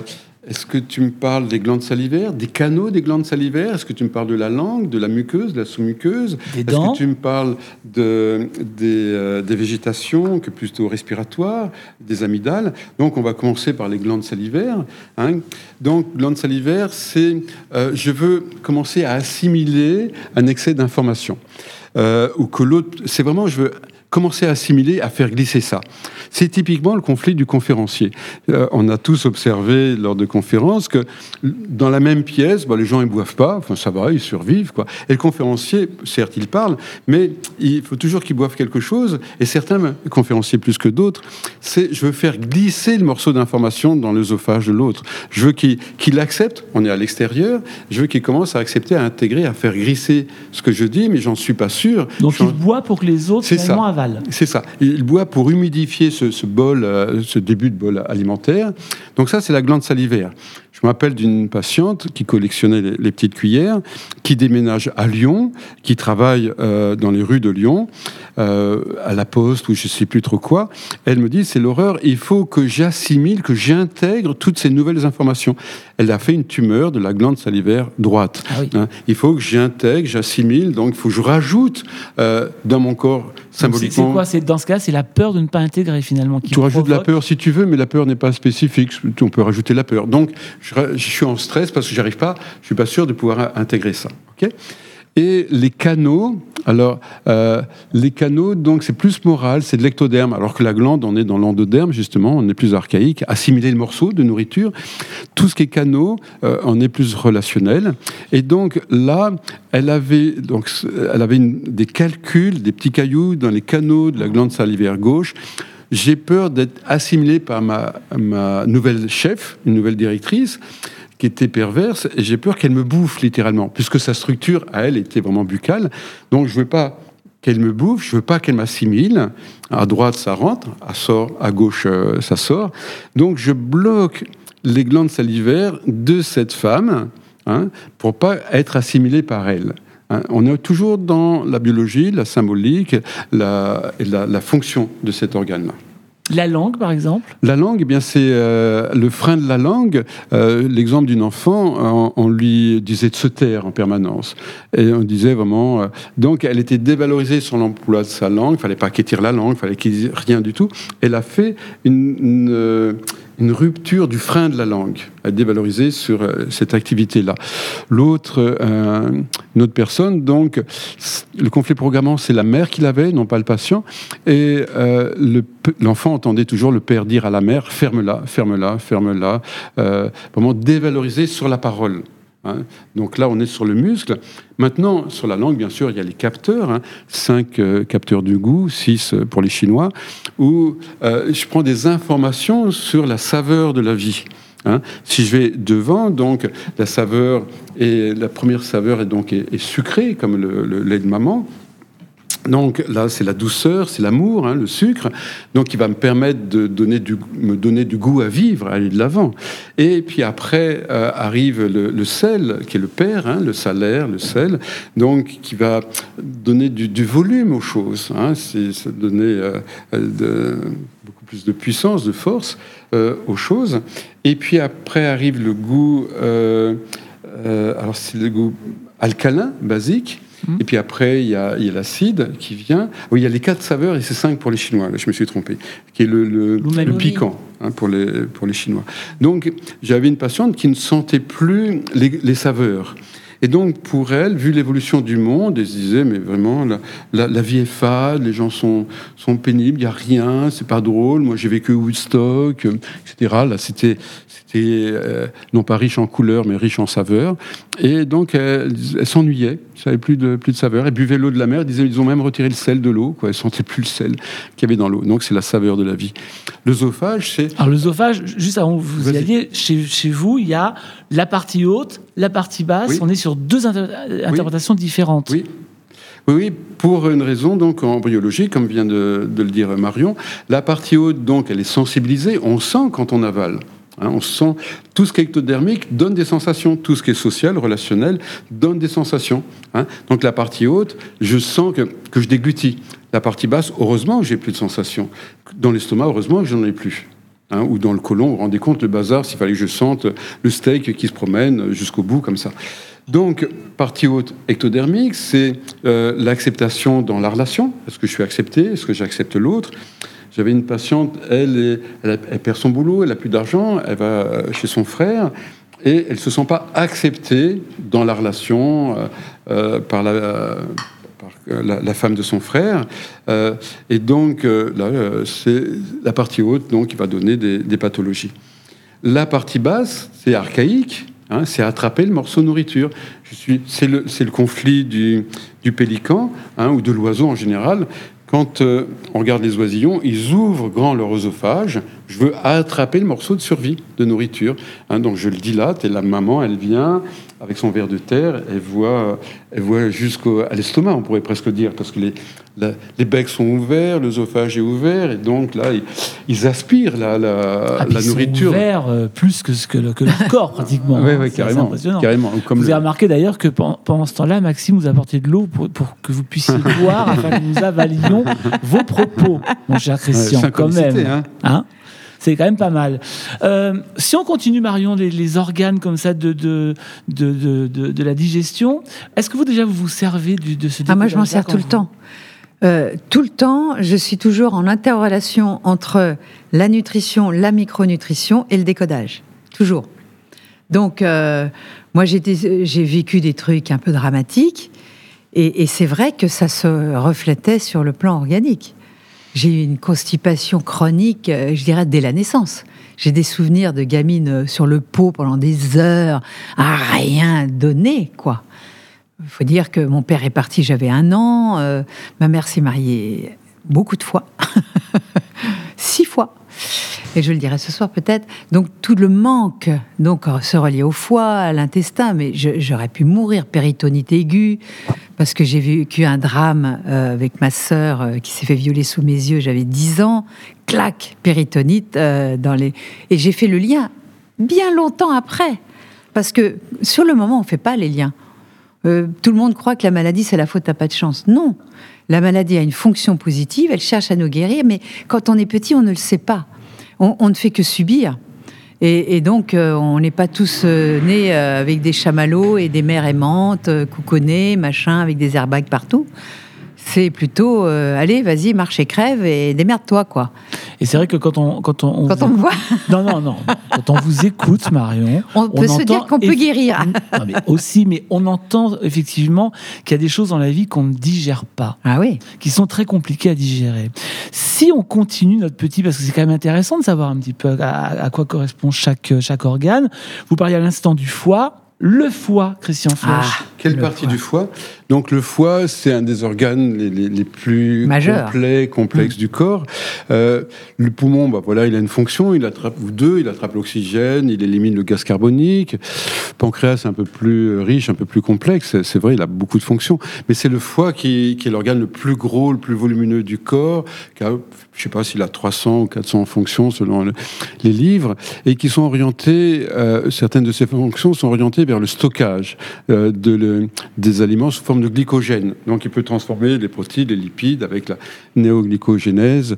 Est-ce que tu me parles des glandes salivaires, des canaux des glandes salivaires? Est-ce que tu me parles de la langue, de la muqueuse, de la sous-muqueuse? Des dents? Est-ce que tu me parles des végétations, que plutôt respiratoires, des amygdales? Donc, on va commencer par les glandes salivaires. Hein. Donc, glandes salivaires, c'est je veux commencer à assimiler un excès d'informations. Ou que l'autre, c'est vraiment, je veux commencer à assimiler, à faire glisser ça. C'est typiquement le conflit du conférencier. On a tous observé lors de conférences que dans la même pièce, les gens ne boivent pas, enfin ça va, ils survivent, quoi. Et le conférencier, certes, il parle, mais il faut toujours qu'il boive quelque chose. Et certains conférenciers plus que d'autres, je veux faire glisser le morceau d'information dans l'œsophage de l'autre. Je veux qu'il accepte, on est à l'extérieur, je veux qu'il commence à accepter, à intégrer, à faire glisser ce que je dis, mais j'en suis pas sûr. Donc il boit pour que les autres finalement avalent. C'est ça. Il boit pour humidifier ce bol, ce début de bol alimentaire. Donc ça, c'est la glande salivaire. Je me rappelle d'une patiente qui collectionnait les petites cuillères, qui déménage à Lyon, qui travaille dans les rues de Lyon, à la Poste ou je ne sais plus trop quoi. Elle me dit, c'est l'horreur, il faut que j'assimile, que j'intègre toutes ces nouvelles informations. Elle a fait une tumeur de la glande salivaire droite. Ah oui. Il faut que j'intègre, j'assimile, donc il faut que je rajoute dans mon corps symboliquement. C'est quoi? Dans ce cas, c'est la peur de ne pas intégrer finalement. Tu rajoutes la peur si tu veux, mais la peur n'est pas spécifique. On peut rajouter la peur. Donc, je suis en stress parce que je suis pas sûr de pouvoir intégrer ça. Okay. Et les canaux, donc c'est plus moral, c'est de l'ectoderme, alors que la glande, on est dans l'endoderme justement, on est plus archaïque, assimiler le morceau de nourriture. Tout ce qui est canaux, on est plus relationnel. Et donc là, elle avait des calculs, des petits cailloux dans les canaux de la glande salivaire gauche. J'ai peur d'être assimilé par ma nouvelle chef, une nouvelle directrice, qui était perverse, et j'ai peur qu'elle me bouffe littéralement, puisque sa structure à elle était vraiment buccale. Donc je veux pas qu'elle me bouffe, je veux pas qu'elle m'assimile. À droite ça rentre, à gauche ça sort. Donc je bloque les glandes salivaires de cette femme, pour pas être assimilé par elle. On est toujours dans la biologie, la symbolique, la fonction de cet organe-là. La langue, par exemple? La langue, eh bien, c'est le frein de la langue. L'exemple d'une enfant, on lui disait de se taire en permanence. Et on disait vraiment... donc, elle était dévalorisée sur l'emploi de sa langue. Il ne fallait pas qu'elle tire la langue, il fallait qu'elle dise rien du tout. Elle a fait une rupture du frein de la langue, à dévaloriser sur cette activité-là. Une autre personne, donc, le conflit programmant, c'est la mère qui l'avait, non pas le patient, et l'enfant entendait toujours le père dire à la mère « ferme-la, ferme-la, ferme-la », vraiment dévaloriser sur la parole. Donc là, on est sur le muscle. Maintenant, sur la langue, bien sûr, il y a les capteurs, 5 capteurs du goût, 6 pour les Chinois, où je prends des informations sur la saveur de la vie. Si je vais devant, donc la saveur, la première saveur est sucrée, comme le lait de maman. Donc là, c'est la douceur, c'est l'amour, le sucre. Donc, il va me permettre de me donner du goût à vivre, à aller de l'avant. Et puis après arrive le sel, qui est le père, le salaire, le sel, donc qui va donner du volume aux choses. C'est donner beaucoup plus de puissance, de force aux choses. Et puis après arrive le goût. Alors c'est le goût alcalin, basique. Et puis après, il y a l'acide qui vient. Oui, il y a les 4 saveurs et c'est 5 pour les Chinois. Là, je me suis trompé. Qui est le piquant pour les Chinois. Donc, j'avais une patiente qui ne sentait plus les saveurs. Et donc, pour elle, vu l'évolution du monde, elle se disait, mais vraiment, la vie est fade, les gens sont pénibles, il n'y a rien, c'est pas drôle. Moi, j'ai vécu Woodstock, etc. Là, c'était non pas riche en couleurs, mais riche en saveurs. Et donc, elle s'ennuyait, elle n'avait plus de saveur. Elle buvait l'eau de la mer, elle disait, ils ont même retiré le sel de l'eau, quoi. Elle sentait plus le sel qu'il y avait dans l'eau. Donc, c'est la saveur de la vie. L'œsophage, c'est... Alors, l'œsophage, juste avant que vous y alliez, chez vous, il y a la partie haute, la partie basse. Oui. On est sur 2 interprétations différentes. Oui, pour une raison donc embryologique, comme vient de le dire Marion. La partie haute, donc, elle est sensibilisée. On sent quand on avale. On sent tout ce qui est ectodermique donne des sensations, tout ce qui est social, relationnel donne des sensations. Donc la partie haute, je sens que je déglutis. La partie basse, heureusement que j'ai plus de sensations. Dans l'estomac, heureusement que j'en ai plus. ou dans le côlon. Vous vous rendez compte, le bazar, s'il fallait que je sente le steak qui se promène jusqu'au bout, comme ça. Donc, partie haute ectodermique, c'est l'acceptation dans la relation. Est-ce que je suis accepté? Est-ce que j'accepte l'autre? J'avais une patiente, elle perd son boulot, elle n'a plus d'argent, elle va chez son frère, et elle ne se sent pas acceptée dans la relation par la femme de son frère. Et donc, là, c'est la partie haute donc, qui va donner des pathologies. La partie basse, c'est archaïque. C'est attraper le morceau de nourriture. C'est le conflit du pélican, ou de l'oiseau en général. Quand on regarde les oisillons, ils ouvrent grand leur œsophage. Je veux attraper le morceau de survie de nourriture. Donc je le dilate et la maman, elle vient avec son ver de terre, elle voit jusqu'à l'estomac, on pourrait presque dire, parce que les becs sont ouverts, l'œsophage est ouvert, et donc là, ils aspirent la nourriture. Ils sont ouverts plus que le corps, pratiquement. Oui, carrément. Vous avez remarqué d'ailleurs que pendant ce temps-là, Maxime vous a apporté de l'eau pour que vous puissiez boire, afin que nous avalions vos propos, mon cher Christian, quand même. C'est quand même pas mal. Si on continue, Marion, les organes comme ça de la digestion, est-ce que vous vous servez de ce découpage? Moi, je m'en sers tout le temps. Tout le temps, je suis toujours en interrelation entre la nutrition, la micronutrition et le décodage. Toujours. Donc, moi, j'ai vécu des trucs un peu dramatiques et c'est vrai que ça se reflétait sur le plan organique. J'ai eu une constipation chronique, je dirais, dès la naissance. J'ai des souvenirs de gamine sur le pot pendant des heures, à rien donner, quoi. Il faut dire que mon père est parti, j'avais 1 an. Ma mère s'est mariée beaucoup de fois. 6 fois. Et je le dirai ce soir peut-être. Donc tout le manque se reliait au foie, à l'intestin, mais j'aurais pu mourir, péritonite aiguë, parce que j'ai vécu un drame avec ma sœur qui s'est fait violer sous mes yeux, j'avais 10 ans, clac, péritonite et j'ai fait le lien bien longtemps après, parce que sur le moment on fait pas les liens. Tout le monde croit que la maladie c'est la faute à pas de chance. Non, la maladie a une fonction positive, elle cherche à nous guérir, mais quand on est petit on ne le sait pas. On ne fait que subir. Et donc, on n'est pas tous nés avec des chamallows et des mères aimantes, couconnées, machin, avec des airbags partout. C'est plutôt, allez, vas-y, marche et crève et démerde-toi, quoi. Et c'est vrai que quand on me voit... Non. Quand on vous écoute, Marion... On peut se dire qu'on peut guérir. Non, mais on entend effectivement qu'il y a des choses dans la vie qu'on ne digère pas. Ah oui. Qui sont très compliquées à digérer. Si on continue notre petit... Parce que c'est quand même intéressant de savoir un petit peu à quoi correspond chaque organe. Vous parliez à l'instant du foie. Le foie, Christian Floch. Quelle partie du foie? Donc le foie, c'est un des organes les plus complexes du corps. Le poumon, il a une fonction, il attrape l'oxygène, il élimine le gaz carbonique. Le pancréas, c'est un peu plus riche, un peu plus complexe. C'est vrai, il a beaucoup de fonctions. Mais c'est le foie qui est l'organe le plus gros, le plus volumineux du corps, qui a, je ne sais pas s'il a 300 ou 400 fonctions selon les livres, et qui sont orientées, certaines de ces fonctions sont orientées vers le stockage des aliments sous forme de glycogène. Donc, il peut transformer les protéines, les lipides avec la néoglycogénèse.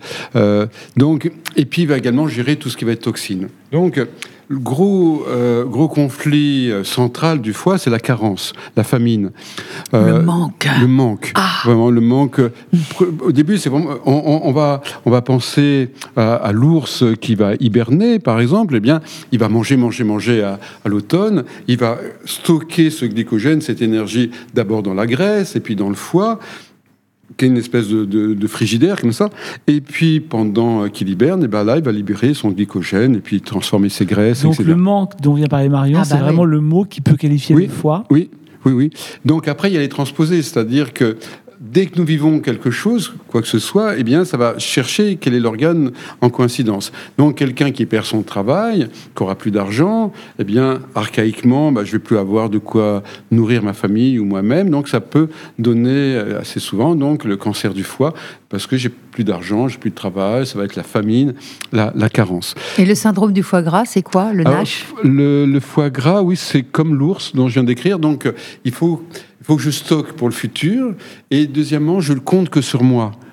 Et puis, il va également gérer tout ce qui va être toxine. Donc, le gros conflit central du foie, c'est la carence, la famine. Le manque. Le manque. Vraiment, le manque. Au début, c'est vraiment, on va penser à l'ours qui va hiberner, par exemple. Eh bien, il va manger à l'automne. Il va stocker ce glycogène, cette énergie, d'abord dans la graisse et puis dans le foie, qui est une espèce de frigidaire comme ça, et puis pendant qu'il hiberne, il va libérer son glycogène et puis transformer ses graisses, donc etc. Le manque dont vient parler Marion, c'est vraiment le mot qui peut qualifier le foie. Oui. Donc après, il y a les transposés, c'est-à-dire que dès que nous vivons quelque chose, quoi que ce soit, eh bien, ça va chercher quel est l'organe en coïncidence. Donc, quelqu'un qui perd son travail, qui aura plus d'argent, eh bien, archaïquement, je vais plus avoir de quoi nourrir ma famille ou moi-même. Donc, ça peut donner assez souvent donc le cancer du foie parce que j'ai plus d'argent, j'ai plus de travail, ça va être la famine, la carence. Et le syndrome du foie gras, c'est quoi, le NASH? Le foie gras, oui, c'est comme l'ours dont je viens d'écrire. Donc, il faut que je stocke pour le futur. Et deuxièmement, je le compte que sur moi.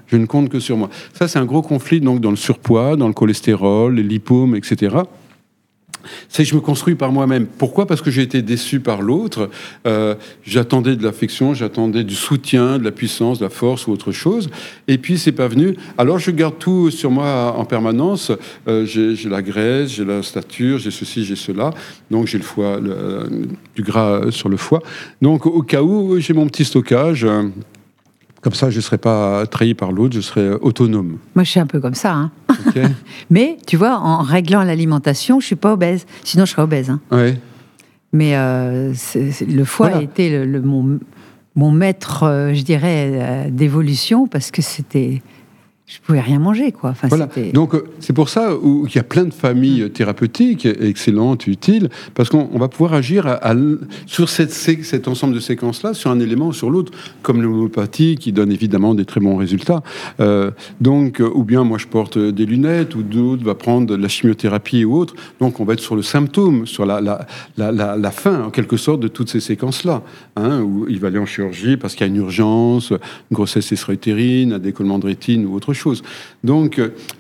Je ne compte que sur moi. Ça, c'est un gros conflit donc, dans le surpoids, dans le cholestérol, les lipomes, etc. C'est que je me construis par moi-même. Pourquoi ? Parce que j'ai été déçu par l'autre. J'attendais de l'affection, j'attendais du soutien, de la puissance, de la force ou autre chose. Et puis, c'est pas venu. Alors, je garde tout sur moi en permanence. J'ai la graisse, j'ai la stature, j'ai ceci, j'ai cela. Donc, j'ai le foie, du gras sur le foie. Donc, au cas où, j'ai mon petit stockage. Comme ça, je ne serai pas trahi par l'autre, je serai autonome. Moi, je suis un peu comme ça. Hein. Okay. Mais, tu vois, en réglant l'alimentation, je ne suis pas obèse. Sinon, je serais obèse. Hein. Ouais. Mais le foie a été mon maître, je dirais, d'évolution, parce que je pouvais rien manger, quoi. Enfin, voilà. Donc, c'est pour ça qu'il y a plein de familles thérapeutiques excellentes, utiles, parce qu'on va pouvoir agir sur cet ensemble de séquences-là, sur un élément ou sur l'autre, comme l'homéopathie, qui donne évidemment des très bons résultats. Donc, ou bien moi je porte des lunettes, ou d'autres va prendre de la chimiothérapie ou autre. Donc, on va être sur le symptôme, sur la fin, en quelque sorte, de toutes ces séquences-là, hein, où il va aller en chirurgie parce qu'il y a une urgence, une grossesse extra-utérine, un décollement de rétine ou autre chose. Donc,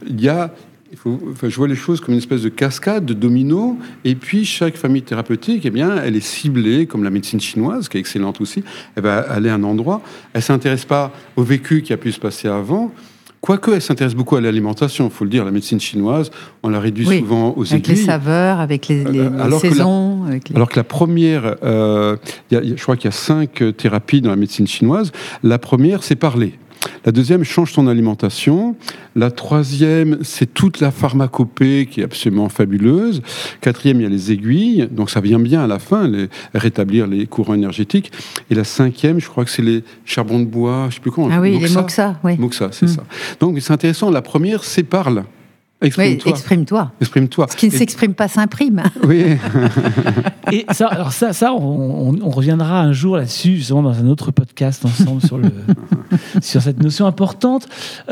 je vois les choses comme une espèce de cascade, de domino, et puis chaque famille thérapeutique, eh bien, elle est ciblée, comme la médecine chinoise, qui est excellente aussi. Elle va aller à un endroit. Elle ne s'intéresse pas au vécu qui a pu se passer avant, quoique elle s'intéresse beaucoup à l'alimentation, il faut le dire. La médecine chinoise, on la réduit souvent aux aiguilles. Avec les saveurs, avec les saisons. Alors que la première, je crois qu'il y a 5 thérapies dans la médecine chinoise. La première, c'est parler. La deuxième, change ton alimentation. La troisième, c'est toute la pharmacopée qui est absolument fabuleuse. Quatrième, il y a les aiguilles. Donc ça vient bien à la fin, rétablir les courants énergétiques. Et la cinquième, je crois que c'est les charbons de bois, je ne sais plus comment. Ah oui, les moxa. Oui. Moxa, c'est ça. Donc c'est intéressant. La première, c'est parle. Exprime-toi. Oui, exprime-toi. Exprime-toi. Ce qui ne s'exprime pas s'imprime. Oui. Et ça, alors ça on reviendra un jour là-dessus, justement, dans un autre podcast ensemble sur cette notion importante.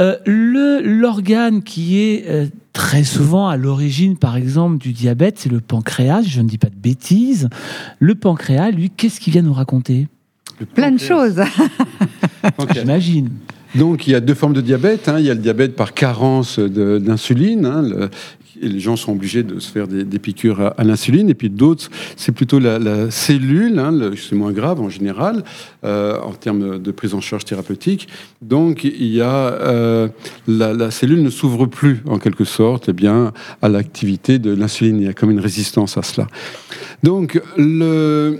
L'organe qui est très souvent à l'origine, par exemple, du diabète, c'est le pancréas. Je ne dis pas de bêtises. Le pancréas, lui, qu'est-ce qu'il vient nous raconter ? Plein de choses. J'imagine. Donc, il y a 2 formes de diabète. Hein. Il y a le diabète par carence d'insuline. Hein. Les gens sont obligés de se faire des piqûres à l'insuline. Et puis d'autres, c'est plutôt la cellule. Hein, c'est moins grave en général, en termes de prise en charge thérapeutique. Donc, il y a la cellule ne s'ouvre plus, en quelque sorte, eh bien, à l'activité de l'insuline. Il y a comme une résistance à cela. Donc, le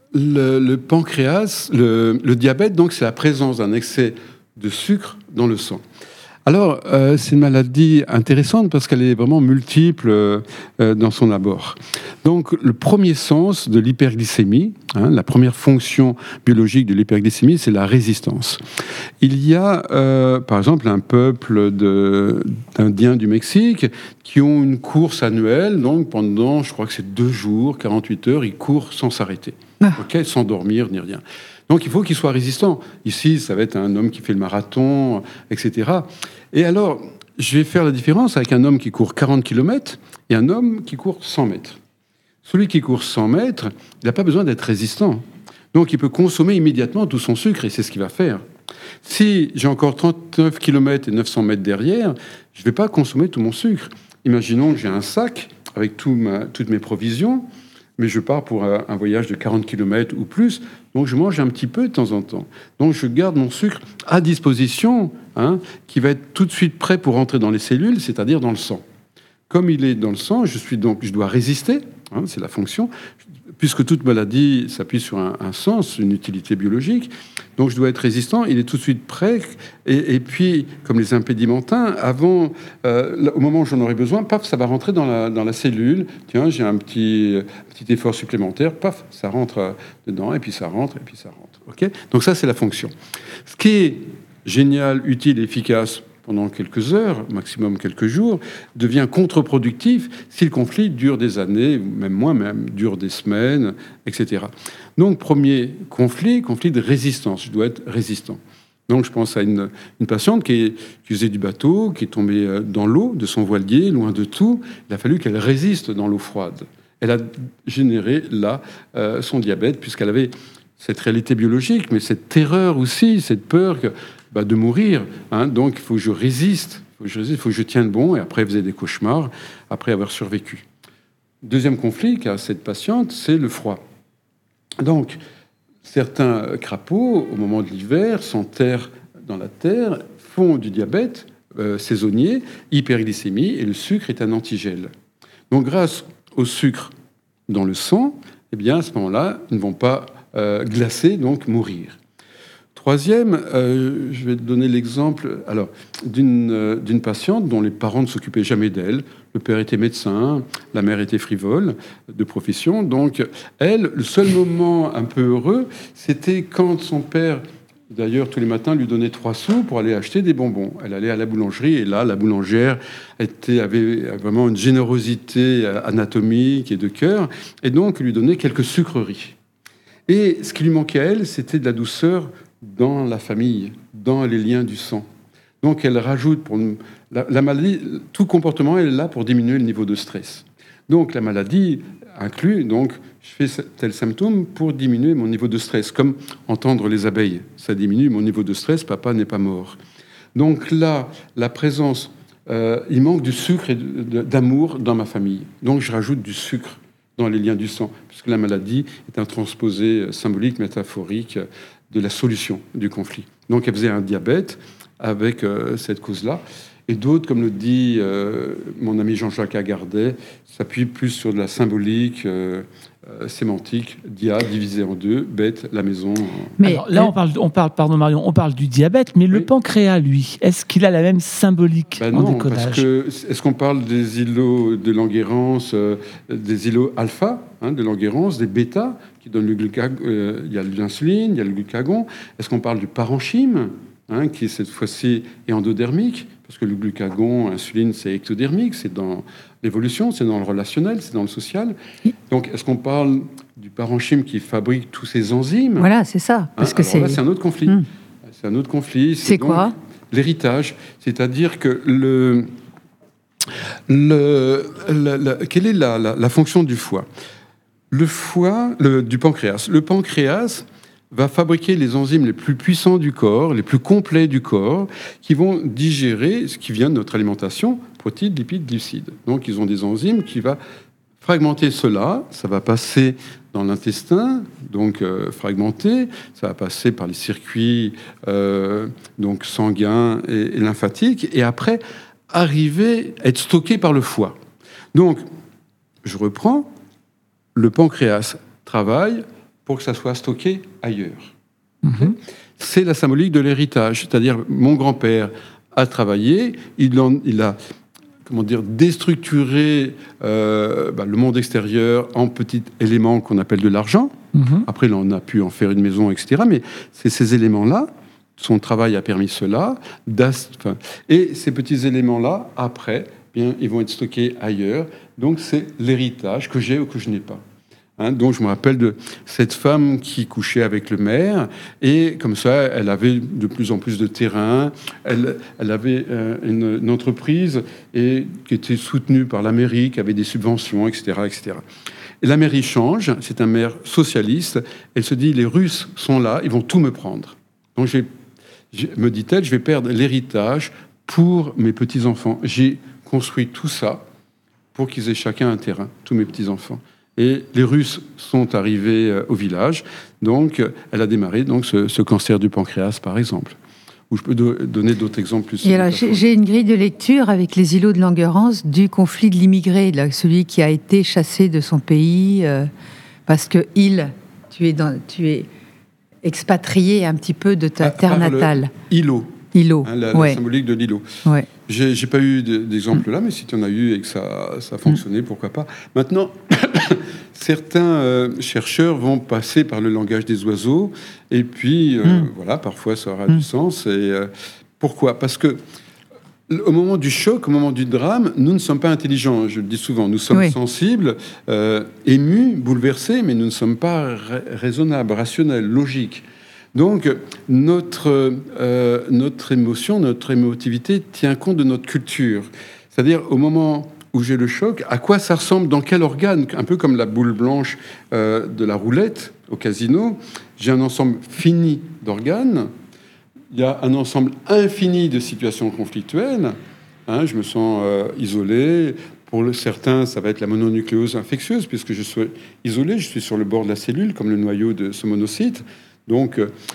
pancréas, le diabète, donc, c'est la présence d'un excès de sucre dans le sang. Alors, c'est une maladie intéressante parce qu'elle est vraiment multiple dans son abord. Donc, le premier sens de l'hyperglycémie, hein, la première fonction biologique de l'hyperglycémie, c'est la résistance. Il y a, par exemple, un peuple d'Indiens du Mexique qui ont une course annuelle, donc pendant, je crois que c'est 2 jours, 48 heures, ils courent sans s'arrêter, sans dormir ni rien. Donc, il faut qu'il soit résistant. Ici, ça va être un homme qui fait le marathon, etc. Et alors, je vais faire la différence avec un homme qui court 40 km et un homme qui court 100 mètres. Celui qui court 100 mètres, il n'a pas besoin d'être résistant. Donc, il peut consommer immédiatement tout son sucre et c'est ce qu'il va faire. Si j'ai encore 39 km et 900 mètres derrière, je ne vais pas consommer tout mon sucre. Imaginons que j'ai un sac avec toutes mes provisions, mais je pars pour un voyage de 40 km ou plus, donc je mange un petit peu de temps en temps. Donc je garde mon sucre à disposition, hein, qui va être tout de suite prêt pour rentrer dans les cellules, c'est-à-dire dans le sang. Comme il est dans le sang, je dois résister, hein, c'est la fonction, puisque toute maladie s'appuie sur un sens, une utilité biologique, donc je dois être résistant, il est tout de suite prêt, et puis, comme les impédimentins, au moment où j'en aurai besoin, paf, ça va rentrer dans la cellule, tiens, j'ai un petit effort supplémentaire, paf, ça rentre dedans, et puis ça rentre, okay ? Donc ça, c'est la fonction. Ce qui est génial, utile et efficace pendant quelques heures, maximum quelques jours, devient contre-productif si le conflit dure des années, même moins, même dure des semaines, etc. Donc, premier conflit de résistance. Je dois être résistant. Donc, je pense à une patiente qui faisait du bateau, qui est tombée dans l'eau de son voilier, loin de tout. Il a fallu qu'elle résiste dans l'eau froide. Elle a généré là son diabète, puisqu'elle avait cette réalité biologique, mais cette terreur aussi, cette peur que de mourir. Hein. Donc, il faut que je résiste, il faut que je tienne bon. Et après, elle faisait des cauchemars après avoir survécu. Deuxième conflit qu'a cette patiente, c'est le froid. Donc, certains crapauds, au moment de l'hiver, s'enterrent dans la terre, font du diabète saisonnier, hyperglycémie, et le sucre est un antigel. Donc, grâce au sucre dans le sang, eh bien, à ce moment-là, ils ne vont pas glacer, donc mourir. Troisième, je vais te donner l'exemple d'une patiente dont les parents ne s'occupaient jamais d'elle. Le père était médecin, la mère était frivole de profession. Donc, elle, le seul moment un peu heureux, c'était quand son père, d'ailleurs, tous les matins, lui donnait 3 sous pour aller acheter des bonbons. Elle allait à la boulangerie et là, la boulangère avait vraiment une générosité anatomique et de cœur et donc lui donnait quelques sucreries. Et ce qui lui manquait à elle, c'était de la douceur dans la famille, dans les liens du sang. Donc elle rajoute, pour la maladie, tout comportement est là pour diminuer le niveau de stress. Donc la maladie inclut, donc je fais tel symptôme pour diminuer mon niveau de stress, comme entendre les abeilles, ça diminue mon niveau de stress, papa n'est pas mort. Donc là, la présence, il manque du sucre et d'amour dans ma famille. Donc je rajoute du sucre dans les liens du sang, puisque la maladie est un transposé symbolique, métaphorique de la solution du conflit. Donc elle faisait un diabète avec cette cause-là. Et d'autres, comme le dit mon ami Jean-Jacques Agardet, s'appuient plus sur de la symbolique sémantique, dia divisé en 2, bête, la maison. Mais alors, là, on parle, pardon Marion, on parle du diabète, mais le pancréas, lui, est-ce qu'il a la même symbolique en non, décodage? Parce que, est-ce qu'on parle des îlots de Langerhans, des îlots alpha de Langerhans, des bêta qui donnent le glucagon, il y a l'insuline, il y a le glucagon. Est-ce qu'on parle du parenchyme, qui cette fois-ci est endodermique, parce que le glucagon, l'insuline, c'est ectodermique, c'est dans l'évolution, c'est dans le relationnel, c'est dans le social. Donc, est-ce qu'on parle du parenchyme qui fabrique tous ces enzymes? Voilà, c'est ça. Parce que là, c'est un autre conflit. C'est un autre conflit. C'est quoi? L'héritage. C'est-à-dire que quelle est la fonction du foie? Le foie, du pancréas. Le pancréas va fabriquer les enzymes les plus puissants du corps, les plus complets du corps, qui vont digérer ce qui vient de notre alimentation, protéines, lipides, glucides. Donc, ils ont des enzymes qui vont fragmenter cela, ça va passer dans l'intestin, donc fragmenté, ça va passer par les circuits donc sanguins et lymphatiques, et après, arriver à être stocké par le foie. Donc, je reprends, le pancréas travaille pour que ça soit stocké ailleurs. C'est la symbolique de l'héritage. C'est-à-dire, mon grand-père a travaillé, il a déstructuré le monde extérieur en petits éléments qu'on appelle de l'argent. Après, là, on a pu en faire une maison, etc. Mais c'est ces éléments-là, son travail a permis cela. Et ces petits éléments-là, après, bien, ils vont être stockés ailleurs. Donc, c'est l'héritage que j'ai ou que je n'ai pas. Donc, je me rappelle de cette femme qui couchait avec le maire, et comme ça, elle avait de plus en plus de terrain. Elle avait une entreprise et qui était soutenue par la mairie, qui avait des subventions, etc., etc. Et la mairie change, c'est un maire socialiste. Elle se dit, les Russes sont là, ils vont tout me prendre. Donc, me dit-elle, je vais perdre l'héritage pour mes petits-enfants. J'ai construit tout ça pour qu'ils aient chacun un terrain, tous mes petits-enfants. Et les Russes sont arrivés au village, donc elle a démarré donc, ce cancer du pancréas, par exemple. Ou je peux donner d'autres exemples plus. Et alors, j'ai une grille de lecture avec les îlots de Langerhans du conflit de l'immigré, celui qui a été chassé de son pays parce que tu es expatrié un petit peu de ta terre natale. Îlot. La symbolique de l'îlot. Ouais. J'ai pas eu d'exemple là, mais si tu en as eu et que ça fonctionnait, pourquoi pas. Maintenant, certains chercheurs vont passer par le langage des oiseaux, et puis voilà, parfois ça aura du sens. Et pourquoi? Parce que au moment du choc, au moment du drame, nous ne sommes pas intelligents. Je le dis souvent, nous sommes sensibles, émus, bouleversés, mais nous ne sommes pas raisonnables, rationnels, logiques. Donc, notre émotion, notre émotivité tient compte de notre culture. C'est-à-dire, au moment où j'ai le choc, à quoi ça ressemble, dans quel organe? Un peu comme la boule blanche de la roulette au casino. J'ai un ensemble fini d'organes. il y a un ensemble infini de situations conflictuelles. Je me sens isolé. Pour certains, ça va être la mononucléose infectieuse, puisque je suis isolé, je suis sur le bord de la cellule, comme le noyau de ce monocyte. Donc,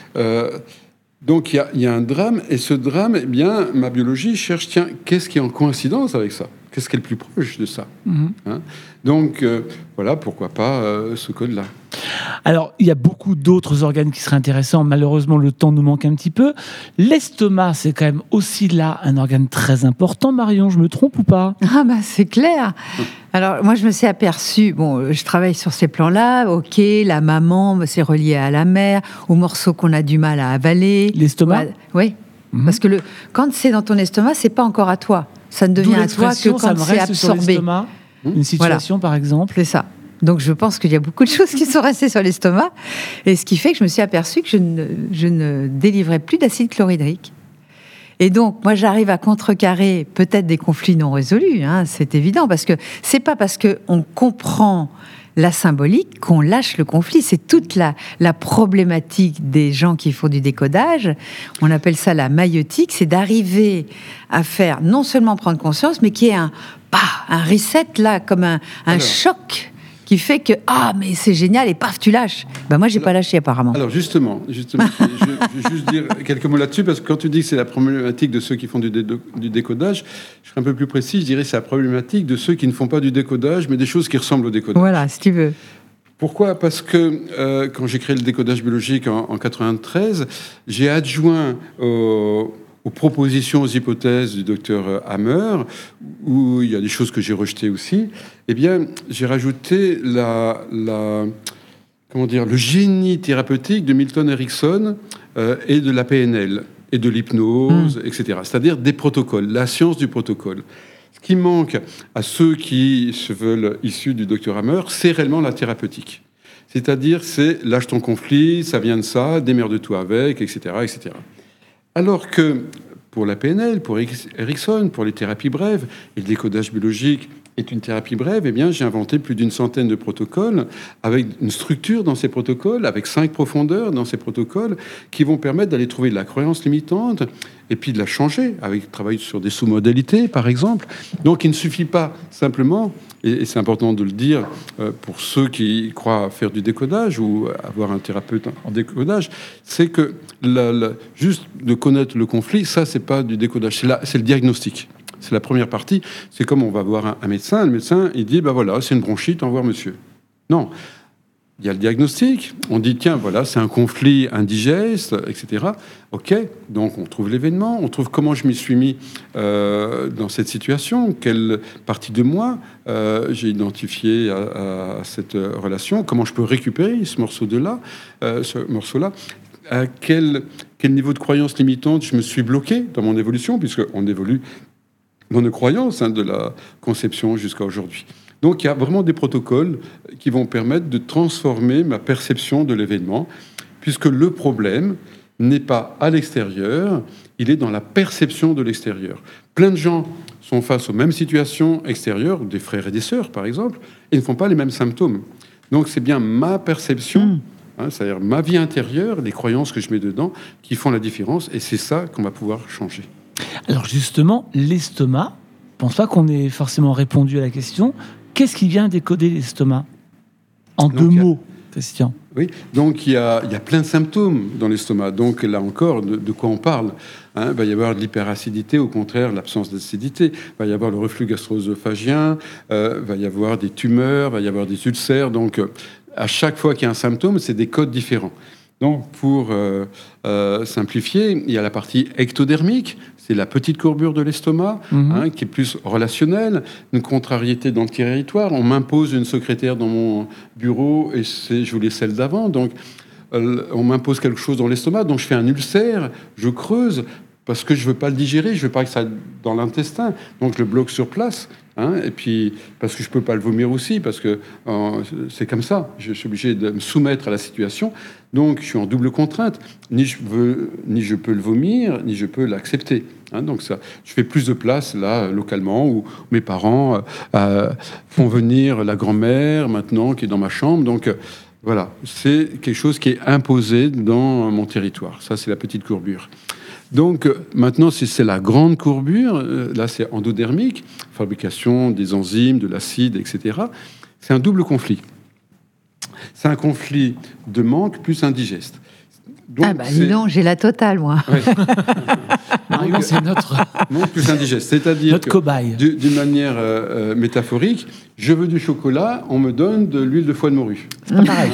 il y a un drame, et ce drame, eh bien, ma biologie cherche, tiens, qu'est-ce qui est en coïncidence avec ça ? Qu'est-ce qui est le plus proche de ça ? Donc, voilà, pourquoi pas ce code-là. Alors, il y a beaucoup d'autres organes qui seraient intéressants. Malheureusement, le temps nous manque un petit peu. L'estomac, c'est quand même aussi là un organe très important. Marion, je me trompe ou pas ? Ah bah c'est clair. Alors moi je me suis aperçue, je travaille sur ces plans-là, ok, la maman, c'est relié à la mère, aux morceaux qu'on a du mal à avaler. L'estomac ? Oui, parce que quand c'est dans ton estomac, c'est pas encore à toi. Ça ne devient à toi que quand c'est absorbé. Une situation par exemple. C'est ça. Donc je pense qu'il y a beaucoup de choses qui sont restées sur l'estomac, et ce qui fait que je me suis aperçue que je ne délivrais plus d'acide chlorhydrique. Et donc, moi, j'arrive à contrecarrer peut-être des conflits non résolus, c'est évident, parce que c'est pas parce qu'on comprend la symbolique qu'on lâche le conflit. C'est toute la problématique des gens qui font du décodage. On appelle ça la maïeutique, c'est d'arriver à faire non seulement prendre conscience, mais qu'il y ait un reset, là, comme un choc qui fait que mais c'est génial, et paf, tu lâches. Moi, j'ai pas lâché apparemment. Alors justement, je vais juste dire quelques mots là-dessus, parce que quand tu dis que c'est la problématique de ceux qui font du décodage, je serais un peu plus précis, je dirais que c'est la problématique de ceux qui ne font pas du décodage, mais des choses qui ressemblent au décodage. Voilà, si tu veux. Pourquoi ? Parce que quand j'ai créé le décodage biologique en 93, j'ai adjoint aux propositions, aux hypothèses du docteur Hammer, où il y a des choses que j'ai rejetées aussi, eh bien, j'ai rajouté le génie thérapeutique de Milton Erickson et de la PNL, et de l'hypnose, etc. C'est-à-dire des protocoles, la science du protocole. Ce qui manque à ceux qui se veulent issus du docteur Hammer, c'est réellement la thérapeutique. C'est-à-dire, c'est lâche ton conflit, ça vient de ça, démerde-toi avec, etc., etc. Alors que pour la PNL, pour Erickson, pour les thérapies brèves, et le décodage biologique est une thérapie brève, eh bien, j'ai inventé plus d'une centaine de protocoles, avec une structure dans ces protocoles, avec 5 profondeurs dans ces protocoles, qui vont permettre d'aller trouver de la croyance limitante, et puis de la changer, avec travailler sur des sous-modalités, par exemple. Donc, il ne suffit pas simplement, et c'est important de le dire pour ceux qui croient faire du décodage ou avoir un thérapeute en décodage, c'est que juste de connaître le conflit, ça, c'est pas du décodage, c'est le diagnostic. C'est la première partie. C'est comme on va voir un médecin. Le médecin, il dit, voilà, c'est une bronchite, au revoir, monsieur. Non. Il y a le diagnostic. On dit, tiens, voilà, c'est un conflit indigeste, etc. OK. Donc, on trouve l'événement. On trouve comment je m'y suis mis dans cette situation. Quelle partie de moi j'ai identifié à cette relation. Comment je peux récupérer ce morceau-là. À quel niveau de croyance limitante je me suis bloqué dans mon évolution, puisqu'on évolue dans nos croyances, de la conception jusqu'à aujourd'hui. Donc il y a vraiment des protocoles qui vont permettre de transformer ma perception de l'événement, puisque le problème n'est pas à l'extérieur, il est dans la perception de l'extérieur. Plein de gens sont face aux mêmes situations extérieures, des frères et des sœurs par exemple, et ne font pas les mêmes symptômes. Donc c'est bien ma perception, c'est-à-dire ma vie intérieure, les croyances que je mets dedans, qui font la différence, et c'est ça qu'on va pouvoir changer. Alors justement, l'estomac, je ne pense pas qu'on ait forcément répondu à la question. Qu'est-ce qui vient décoder l'estomac ? En deux mots, Christian. Oui, donc il y a plein de symptômes dans l'estomac. Donc là encore, de quoi on parle ? Il va y avoir de l'hyperacidité, au contraire, l'absence d'acidité. Il va y avoir le reflux gastro-œsophagien, il va y avoir des tumeurs, il va y avoir des ulcères. Donc à chaque fois qu'il y a un symptôme, c'est des codes différents. Donc, pour simplifier, il y a la partie ectodermique, c'est la petite courbure de l'estomac, qui est plus relationnelle, une contrariété dans le territoire. On m'impose une secrétaire dans mon bureau, et je voulais celle d'avant. Donc, on m'impose quelque chose dans l'estomac, donc je fais un ulcère, je creuse, parce que je ne veux pas le digérer, je ne veux pas que ça dans l'intestin, donc je le bloque sur place. Et puis, parce que je ne peux pas le vomir aussi, parce que c'est comme ça, je suis obligé de me soumettre à la situation, donc je suis en double contrainte, ni je peux le vomir, ni je peux l'accepter. Donc ça, je fais plus de place là, localement, où mes parents font venir la grand-mère, maintenant, qui est dans ma chambre, donc voilà, c'est quelque chose qui est imposé dans mon territoire, ça c'est la petite courbure. Donc maintenant, si c'est la grande courbure, là c'est endodermique, fabrication des enzymes, de l'acide, etc. C'est un double conflit. C'est un conflit de manque plus indigeste. Donc, dis donc, j'ai la totale, moi. Ouais. Marion, c'est notre manque plus indigeste, c'est-à-dire notre cobaye. D'une manière métaphorique, je veux du chocolat, on me donne de l'huile de foie de morue. C'est pas pareil.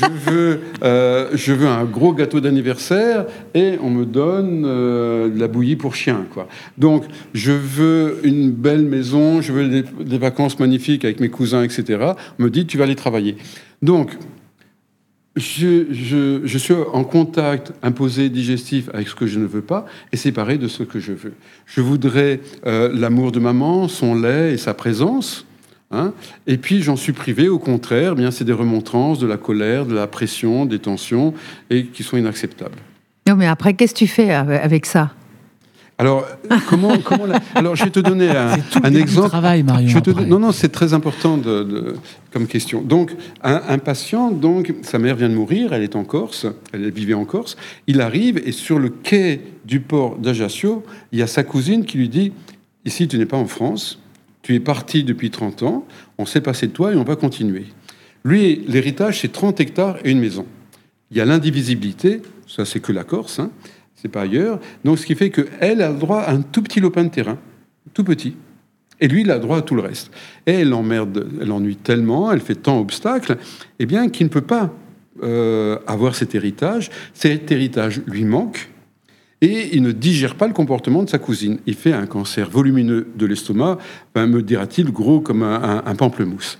Je veux un gros gâteau d'anniversaire et on me donne de la bouillie pour chien, quoi. Donc, je veux une belle maison, je veux des vacances magnifiques avec mes cousins, etc. On me dit, tu vas aller travailler. Donc, je suis en contact imposé, digestif avec ce que je ne veux pas et séparé de ce que je veux. Je voudrais l'amour de maman, son lait et sa présence. Hein, et puis j'en suis privé, au contraire, bien c'est des remontrances, de la colère, de la pression, des tensions, et qui sont inacceptables. Non, mais après, qu'est-ce que tu fais avec ça ? Alors, alors, je vais te donner un exemple. Travail, Marion, non, c'est très important comme question. Donc, un patient, donc, sa mère vient de mourir, elle est en Corse, elle vivait en Corse. Il arrive et sur le quai du port d'Ajaccio, il y a sa cousine qui lui dit « Ici, tu n'es pas en France, tu es parti depuis 30 ans, on s'est passé de toi et on va continuer. » Lui, l'héritage, c'est 30 hectares et une maison. Il y a l'indivisibilité, ça c'est que la Corse, hein. C'est pas ailleurs. Donc, ce qui fait qu'elle a le droit à un tout petit lopin de terrain, tout petit. Et lui, il a le droit à tout le reste. Et elle l'emmerde, elle l'ennuie tellement, elle fait tant d'obstacles, eh bien, qu'il ne peut pas avoir cet héritage. Cet héritage lui manque et il ne digère pas le comportement de sa cousine. Il fait un cancer volumineux de l'estomac, me dira-t-il, gros comme un pamplemousse.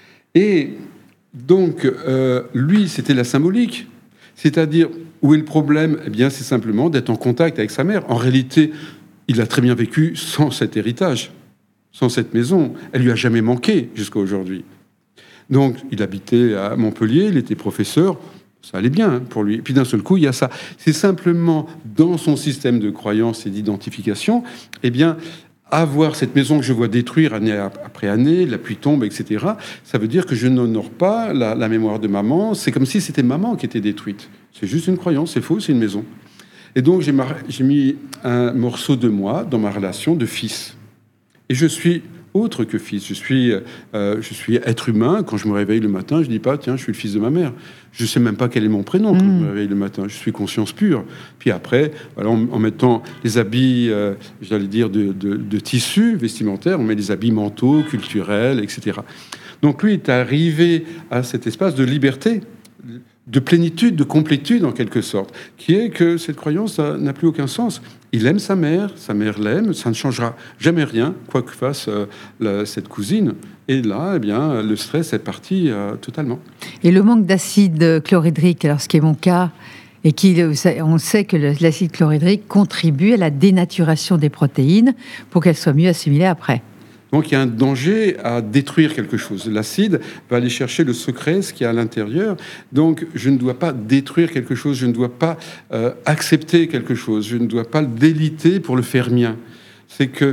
Et donc, lui, c'était la symbolique. C'est-à-dire, où est le problème ? Eh bien, c'est simplement d'être en contact avec sa mère. En réalité, il a très bien vécu sans cet héritage, sans cette maison. Elle lui a jamais manqué jusqu'à aujourd'hui. Donc, il habitait à Montpellier, il était professeur, ça allait bien pour lui. Et puis d'un seul coup, il y a ça. C'est simplement dans son système de croyance et d'identification, eh bien, avoir cette maison que je vois détruire année après année, la pluie tombe, etc., ça veut dire que je n'honore pas la mémoire de maman. C'est comme si c'était maman qui était détruite. C'est juste une croyance, c'est faux, c'est une maison. Et donc, j'ai mis un morceau de moi dans ma relation de fils. Et je suis autre que fils. Je suis être humain. Quand je me réveille le matin, je ne dis pas, tiens, je suis le fils de ma mère. Je ne sais même pas quel est mon prénom quand je me réveille le matin. Je suis conscience pure. Puis après, voilà, en mettant les habits, j'allais dire, de tissu vestimentaire, on met les habits mentaux, culturels, etc. Donc lui est arrivé à cet espace de liberté, de plénitude, de complétude en quelque sorte, qui est que cette croyance n'a plus aucun sens. Il aime sa mère l'aime, ça ne changera jamais rien, quoi que fasse cette cousine. Et là, eh bien, le stress est parti totalement. Et le manque d'acide chlorhydrique, alors ce qui est mon cas, et on sait que l'acide chlorhydrique contribue à la dénaturation des protéines pour qu'elles soient mieux assimilées après. Donc il y a un danger à détruire quelque chose. L'acide va aller chercher le secret, ce qu'il y a à l'intérieur. Donc je ne dois pas détruire quelque chose, je ne dois pas accepter quelque chose, je ne dois pas le déliter pour le faire mien. C'est que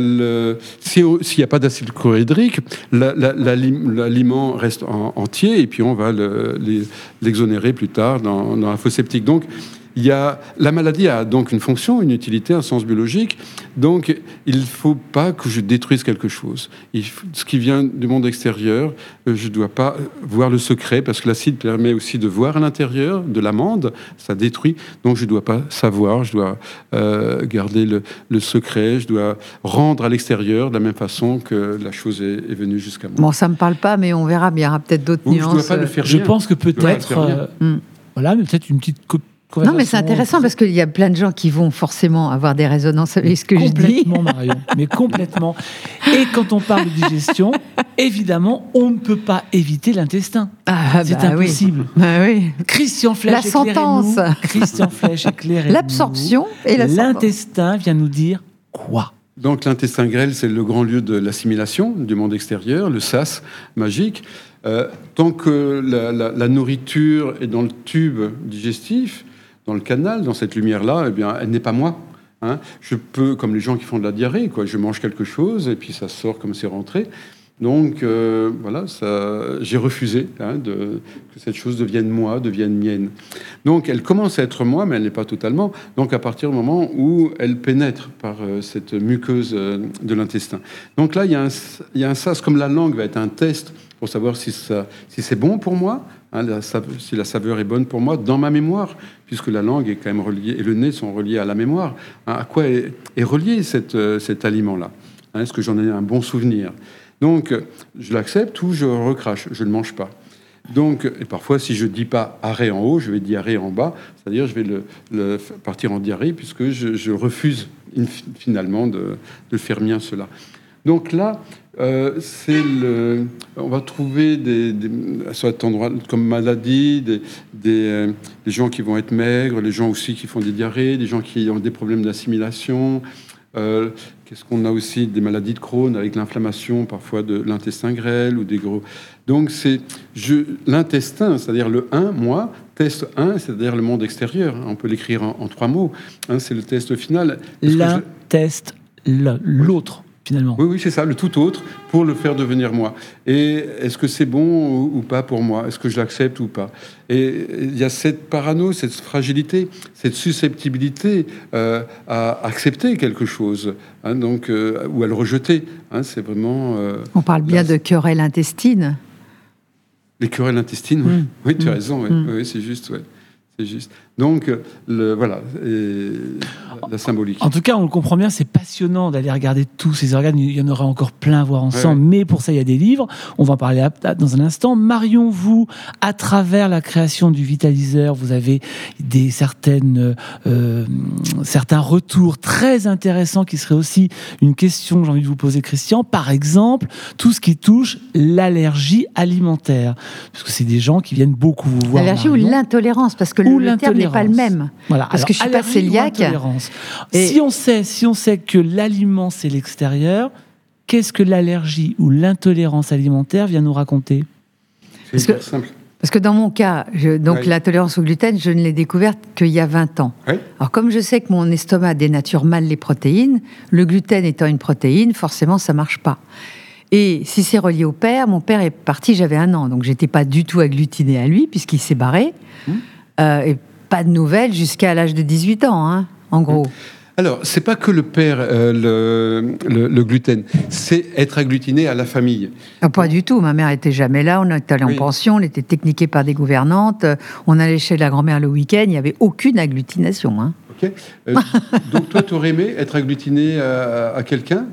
s'il n'y a pas d'acide chlorhydrique, l'aliment reste entier et puis on va l'exonérer plus tard dans la fosse septique. Donc la maladie a donc une fonction, une utilité, un sens biologique. Donc, il ne faut pas que je détruise quelque chose. Ce qui vient du monde extérieur, je ne dois pas voir le secret, parce que l'acide permet aussi de voir à l'intérieur de l'amande, ça détruit. Donc, je ne dois pas savoir, je dois garder le secret, je dois rendre à l'extérieur de la même façon que la chose est venue jusqu'à moi. Bon, ça ne me parle pas, mais on verra bien. Il y aura peut-être d'autres nuances. Je ne dois pas le faire Je bien. pense que peut-être... voilà, mais peut-être une petite... Non, mais c'est intéressant parce qu'il y a plein de gens qui vont forcément avoir des résonances avec ce que je dis. Complètement, Marion, mais complètement. Et quand on parle de digestion, évidemment, on ne peut pas éviter l'intestin. C'est impossible. Oui. Oui. Christian Flech, la sentence. Christian Flech, éclairez-nous. L'absorption et la sentence. L'intestin vient nous dire quoi ? Donc l'intestin grêle, c'est le grand lieu de l'assimilation du monde extérieur, le sas magique. Tant que la nourriture est dans le tube digestif, dans le canal, dans cette lumière-là, eh bien, elle n'est pas moi. Hein. Je peux, comme les gens qui font de la diarrhée, je mange quelque chose et puis ça sort comme c'est rentré. Donc, voilà, j'ai refusé que cette chose devienne moi, devienne mienne. Donc, elle commence à être moi, mais elle n'est pas totalement. Donc, à partir du moment où elle pénètre par cette muqueuse de l'intestin. Donc là, il y a un sas, comme la langue va être un test pour savoir si c'est bon pour moi, si la saveur est bonne pour moi, dans ma mémoire, puisque la langue est quand même reliée, et le nez sont reliés à la mémoire. À quoi est relié cet aliment-là? Est-ce que j'en ai un bon souvenir? Donc, je l'accepte ou je recrache, je ne le mange pas. Donc, et parfois, si je ne dis pas arrêt en haut, je vais diarrhée en bas, c'est-à-dire je vais partir en diarrhée puisque je refuse finalement de faire mien cela. Donc là, on va trouver sur cet endroit comme maladie, des gens qui vont être maigres, les gens aussi qui font des diarrhées, des gens qui ont des problèmes d'assimilation. Qu'est-ce qu'on a aussi? Des maladies de Crohn avec l'inflammation parfois de l'intestin grêle ou des gros. Donc l'intestin, c'est-à-dire le 1, moi, test 1, c'est-à-dire le monde extérieur. On peut l'écrire en 3 mots. C'est le test final. Test l'autre. Finalement. Oui, c'est ça, le tout autre, pour le faire devenir moi. Et est-ce que c'est bon ou pas pour moi? Est-ce que je l'accepte ou pas? Et il y a cette parano, cette fragilité, cette susceptibilité à accepter quelque chose, donc, ou à le rejeter. C'est vraiment... On parle bien de querelles intestines. Les querelles intestines, oui, tu as raison, oui, c'est juste, ouais. C'est juste. Donc, voilà, la symbolique. En tout cas, on le comprend bien, c'est passionnant d'aller regarder tous ces organes. Il y en aura encore plein à voir ensemble, mais pour ça, il y a des livres. On va en parler dans un instant. Marion, vous, à travers la création du Vitaliseur, vous avez certains retours très intéressants qui seraient aussi une question que j'ai envie de vous poser, Christian. Par exemple, tout ce qui touche l'allergie alimentaire. Parce que c'est des gens qui viennent beaucoup vous voir. L'allergie ou l'intolérance, parce que le terme n'est pas le même. Voilà. Parce que je suis pas cœliaque. Et si on sait que l'aliment c'est l'extérieur, qu'est-ce que l'allergie ou l'intolérance alimentaire vient nous raconter? C'est hyper simple. Parce que dans mon cas, la tolérance au gluten, je ne l'ai découverte qu'il y a 20 ans. Oui. Alors comme je sais que mon estomac dénature mal les protéines, le gluten étant une protéine, forcément ça marche pas. Et si c'est relié au père, mon père est parti, j'avais 1 an, donc j'étais pas du tout agglutinée à lui puisqu'il s'est barré. Et pas de nouvelles jusqu'à l'âge de 18 ans, en gros. Alors, c'est pas que le père, le gluten, c'est être agglutiné à la famille. Pas du tout, ma mère était jamais là, on était allé en pension, on était techniqués par des gouvernantes, on allait chez la grand-mère le week-end, il n'y avait aucune agglutination. Ok. Donc toi, tu aurais aimé être agglutiné à quelqu'un?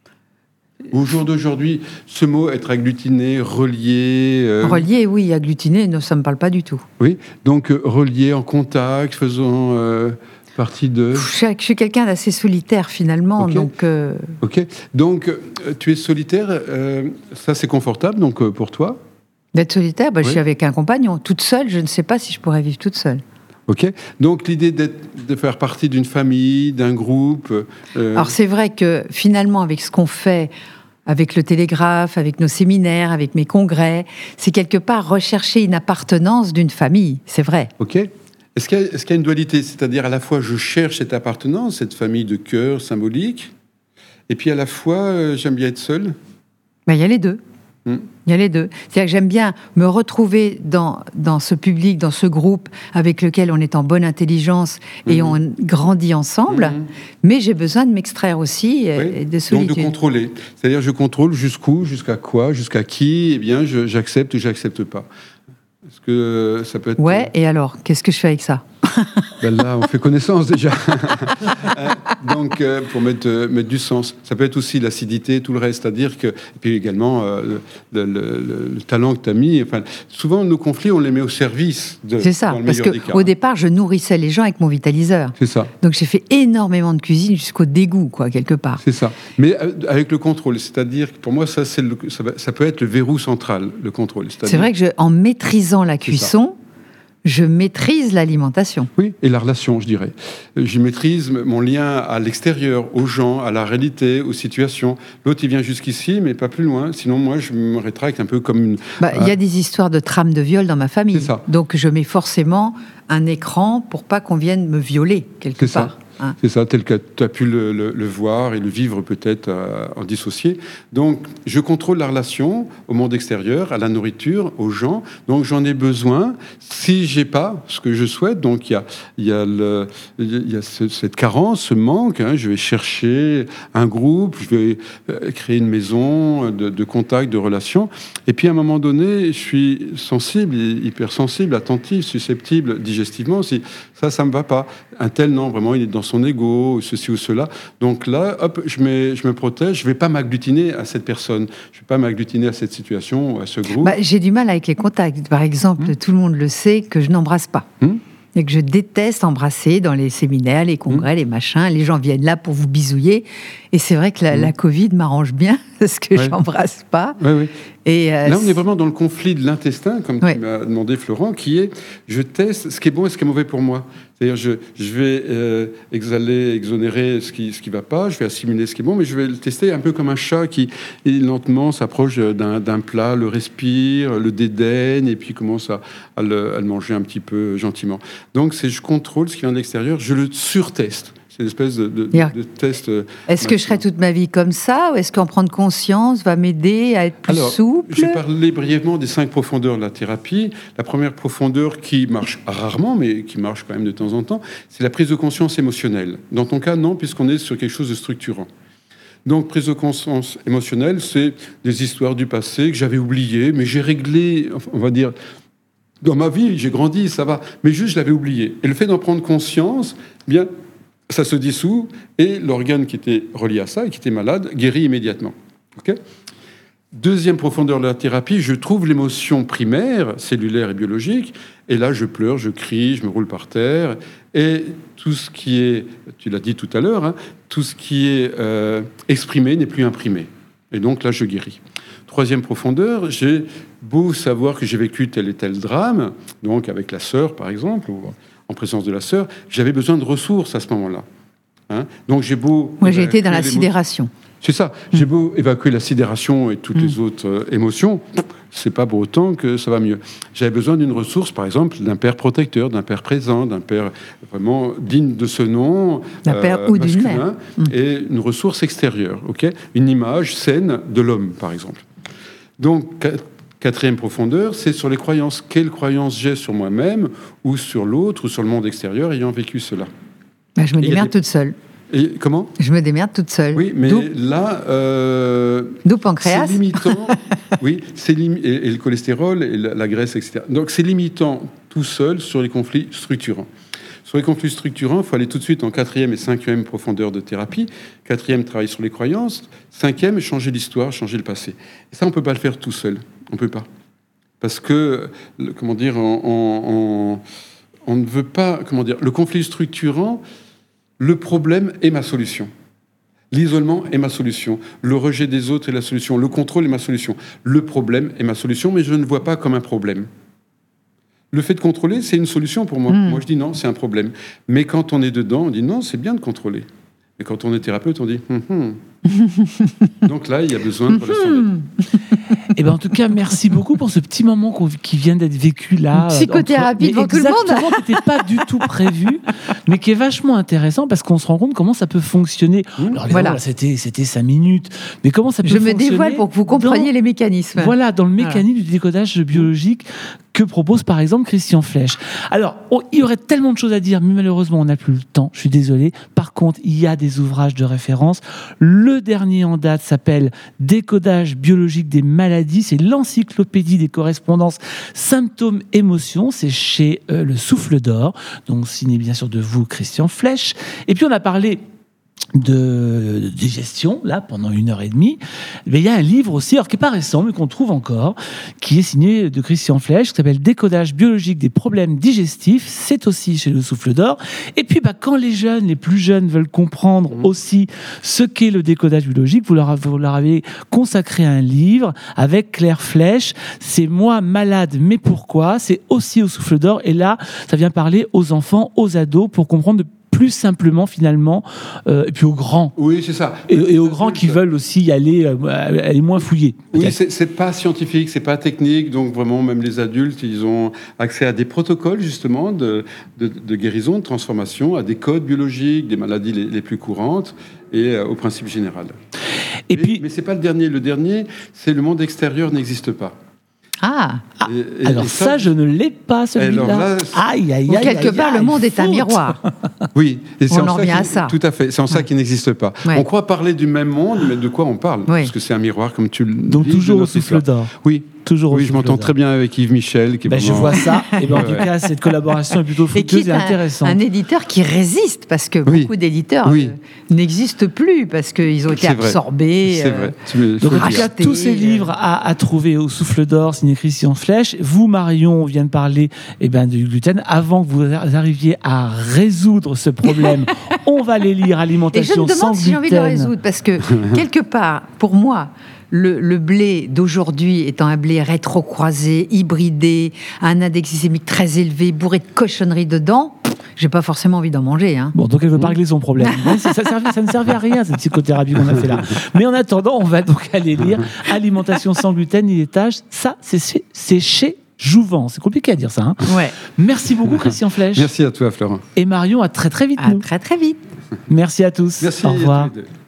Au jour d'aujourd'hui, ce mot être agglutiné, relié... Relié, oui, agglutiné, non, ça ne me parle pas du tout. Oui, donc relié, en contact, faisant partie de... Je suis quelqu'un d'assez solitaire finalement, donc... Ok, donc tu es solitaire, ça c'est confortable donc, pour toi? D'être solitaire, je suis avec un compagnon. Toute seule, je ne sais pas si je pourrais vivre toute seule. Ok, donc l'idée de faire partie d'une famille, d'un groupe... Alors c'est vrai que finalement, avec ce qu'on fait, avec le Télégraphe, avec nos séminaires, avec mes congrès, c'est quelque part rechercher une appartenance d'une famille, c'est vrai. Ok. Est-ce qu'il y a une dualité? C'est-à-dire à la fois je cherche cette appartenance, cette famille de cœur symbolique, et puis à la fois j'aime bien être seul? Il y a les deux. Il y a les deux. C'est-à-dire que j'aime bien me retrouver dans ce public, dans ce groupe avec lequel on est en bonne intelligence et on grandit ensemble, mais j'ai besoin de m'extraire aussi et de solitude. Donc de contrôler. C'est-à-dire je contrôle jusqu'où, jusqu'à quoi, jusqu'à qui, j'accepte ou j'accepte pas. Est-ce que ça peut être... Ouais, et alors, qu'est-ce que je fais avec ça? Là, on fait connaissance déjà. Donc, pour mettre du sens. Ça peut être aussi l'acidité, tout le reste. C'est-à-dire que... Et puis également, le talent que tu as mis. Enfin, souvent, nos conflits, on les met au service de... C'est ça, parce qu'au départ, je nourrissais les gens avec mon vitaliseur. C'est ça. Donc, j'ai fait énormément de cuisine jusqu'au dégoût, quelque part. C'est ça. Mais avec le contrôle. C'est-à-dire que pour moi, ça peut être le verrou central, le contrôle. C'est vrai que en maîtrisant la cuisson, je maîtrise l'alimentation. Oui, et la relation, je dirais. Je maîtrise mon lien à l'extérieur, aux gens, à la réalité, aux situations. L'autre, il vient jusqu'ici, mais pas plus loin. Sinon, moi, je me rétracte un peu comme une... Il y a des histoires de trames de viol dans ma famille. C'est ça. Donc, je mets forcément un écran pour pas qu'on vienne me violer, quelque part. Ça. Hein. C'est ça, tel que tu as pu le voir et le vivre peut-être en dissocié. Donc, je contrôle la relation au monde extérieur, à la nourriture, aux gens. Donc, j'en ai besoin. Si j'ai pas ce que je souhaite, donc il y a cette carence, ce manque. Je vais chercher un groupe, je vais créer une maison de contact, de relations. Et puis, à un moment donné, je suis sensible, hypersensible, attentif, susceptible, digestivement. Si ça me va pas. Un tel, non, vraiment, il est dans son ego, ceci ou cela. Donc là, hop, je me protège. Je vais pas m'agglutiner à cette personne. Je vais pas m'agglutiner à cette situation, à ce groupe. J'ai du mal avec les contacts. Par exemple, tout le monde le sait que je n'embrasse pas. Et que je déteste embrasser dans les séminaires, les congrès, les machins. Les gens viennent là pour vous bisouiller. Et c'est vrai que la Covid m'arrange bien parce que j'embrasse pas. Oui. Et là, on est vraiment dans le conflit de l'intestin, comme tu m'as demandé, Florent, qui est je teste ce qui est bon et ce qui est mauvais pour moi. C'est-à-dire, je vais exonérer ce qui va pas, je vais assimiler ce qui est bon, mais je vais le tester un peu comme un chat qui lentement s'approche d'un plat, le respire, le dédaigne, et puis commence à le manger un petit peu gentiment. Donc, je contrôle ce qui vient de l'extérieur, je le surteste. C'est une espèce de test. Est-ce que je serai toute ma vie comme ça, ou est-ce qu'en prendre conscience va m'aider à être plus souple ? J'ai parlé brièvement des 5 profondeurs de la thérapie. La première profondeur qui marche rarement, mais qui marche quand même de temps en temps, c'est la prise de conscience émotionnelle. Dans ton cas, non, puisqu'on est sur quelque chose de structurant. Donc, prise de conscience émotionnelle, c'est des histoires du passé que j'avais oubliées, mais j'ai réglé, on va dire, dans ma vie, j'ai grandi, ça va, mais juste je l'avais oublié. Et le fait d'en prendre conscience, bien, ça se dissout et l'organe qui était relié à ça et qui était malade guérit immédiatement. Okay ? Deuxième profondeur de la thérapie, je trouve l'émotion primaire, cellulaire et biologique, et là je pleure, je crie, je me roule par terre, et tout ce qui est, tu l'as dit tout à l'heure, tout ce qui est exprimé n'est plus imprimé. Et donc là je guéris. Troisième profondeur, j'ai beau savoir que j'ai vécu tel et tel drame, donc avec la sœur par exemple, ou en présence de la sœur, j'avais besoin de ressources à ce moment-là. Donc j'ai beau... Moi, j'ai été dans la sidération. C'est ça. J'ai beau évacuer la sidération et toutes les autres émotions, c'est pas pour autant que ça va mieux. J'avais besoin d'une ressource, par exemple, d'un père protecteur, d'un père présent, d'un père vraiment digne de ce nom, d'un père ou d'une mère, et une ressource extérieure, une image saine de l'homme, par exemple. Donc, quatrième profondeur, c'est sur les croyances. Quelles croyances j'ai sur moi-même, ou sur l'autre, ou sur le monde extérieur ayant vécu cela ? Je me démerde toute seule. Et comment ? Je me démerde toute seule. Oui, mais là... D'où pancréas. C'est limitant. Oui, et le cholestérol, et la graisse, etc. Donc, c'est limitant tout seul sur les conflits structurants. Sur les conflits structurants, il faut aller tout de suite en 4e et 5e profondeur de thérapie. 4e, travailler sur les croyances. 5e, changer l'histoire, changer le passé. Et ça, on ne peut pas le faire tout seul. On ne peut pas. Parce que, comment dire, on ne veut pas... Comment dire, le conflit structurant, le problème est ma solution. L'isolement est ma solution. Le rejet des autres est la solution. Le contrôle est ma solution. Le problème est ma solution, mais je ne le vois pas comme un problème. Le fait de contrôler, c'est une solution pour moi. Moi, je dis non, c'est un problème. Mais quand on est dedans, on dit non, c'est bien de contrôler. Et quand on est thérapeute, on dit Donc là, il y a besoin de relation d'aide. Et ben en tout cas, merci beaucoup pour ce petit moment qui vient d'être vécu là. Psychothérapie devant tout le monde. Exactement, qui n'était pas du tout prévu, mais qui est vachement intéressant parce qu'on se rend compte comment ça peut fonctionner. Alors voilà, c'était 5 minutes, mais comment ça peut fonctionner. Je me dévoile pour que vous compreniez les mécanismes. Voilà, dans le mécanisme du décodage biologique que propose par exemple Christian Flech. Alors, il y aurait tellement de choses à dire, mais malheureusement, on n'a plus le temps. Je suis désolé. Par contre, il y a des ouvrages de référence. Le dernier en date s'appelle Décodage biologique des maladies. C'est l'encyclopédie des correspondances symptômes émotions. C'est chez Le Souffle d'Or. Donc, signé bien sûr de vous, Christian Flech. Et puis, on a parlé de digestion, là, pendant 1h30. Mais il y a un livre aussi, alors qui n'est pas récent, mais qu'on trouve encore, qui est signé de Christian Flech, qui s'appelle Décodage biologique des problèmes digestifs. C'est aussi chez Le Souffle d'Or. Et puis, quand les plus jeunes veulent comprendre aussi ce qu'est le décodage biologique, vous leur avez consacré un livre avec Claire Flech. C'est Moi malade, mais pourquoi ? C'est aussi au Souffle d'Or. Et là, ça vient parler aux enfants, aux ados, pour comprendre de plus simplement finalement, et puis aux grands. Oui, c'est ça. Et aux grands qui veulent aussi y aller moins fouillés. Oui, c'est pas scientifique, c'est pas technique, donc vraiment même les adultes, ils ont accès à des protocoles justement de guérison, de transformation, à des codes biologiques, des maladies les plus courantes et au principe général. Mais c'est pas le dernier. Le dernier, c'est le monde extérieur n'existe pas. Alors ça, je ne l'ai pas, celui-là. Quelque part, le monde est un miroir. Oui, et on en revient à ça. Tout à fait, c'est en ça qu'il n'existe pas. Ouais. On croit parler du même monde, mais de quoi on parle? Parce que c'est un miroir, comme tu le dis. Donc toujours au souffle d'or. Oui. Oui, je m'entends très bien avec Yves Michel. Je vois ça. Et en tout cas, cette collaboration est plutôt fructueuse et intéressante. Un éditeur qui résiste, parce que beaucoup d'éditeurs n'existent plus, parce qu'ils ont été absorbés. C'est vrai. Donc, en tout cas, tous ces livres à trouver au souffle d'or, signé Christian Flech. Vous, Marion, on vient de parler du gluten. Avant que vous arriviez à résoudre ce problème, on va les lire, Alimentation sans gluten. Et je me demande si j'ai envie de le résoudre, parce que quelque part, pour moi, le blé d'aujourd'hui étant un blé rétrocroisé, hybridé, à un index glycémique très élevé, bourré de cochonneries dedans, j'ai pas forcément envie d'en manger. Bon, donc elle veut pas régler son problème. Ça ne servait à rien, cette psychothérapie qu'on a fait là. Mais en attendant, on va donc aller lire Alimentation sans gluten et étage. Ça, c'est chez Jouvence. C'est compliqué à dire ça. Merci beaucoup, Christian Flech. Merci à toi, Florent. Et Marion, à très très vite. Très très vite. Merci à tous. Merci. Au revoir.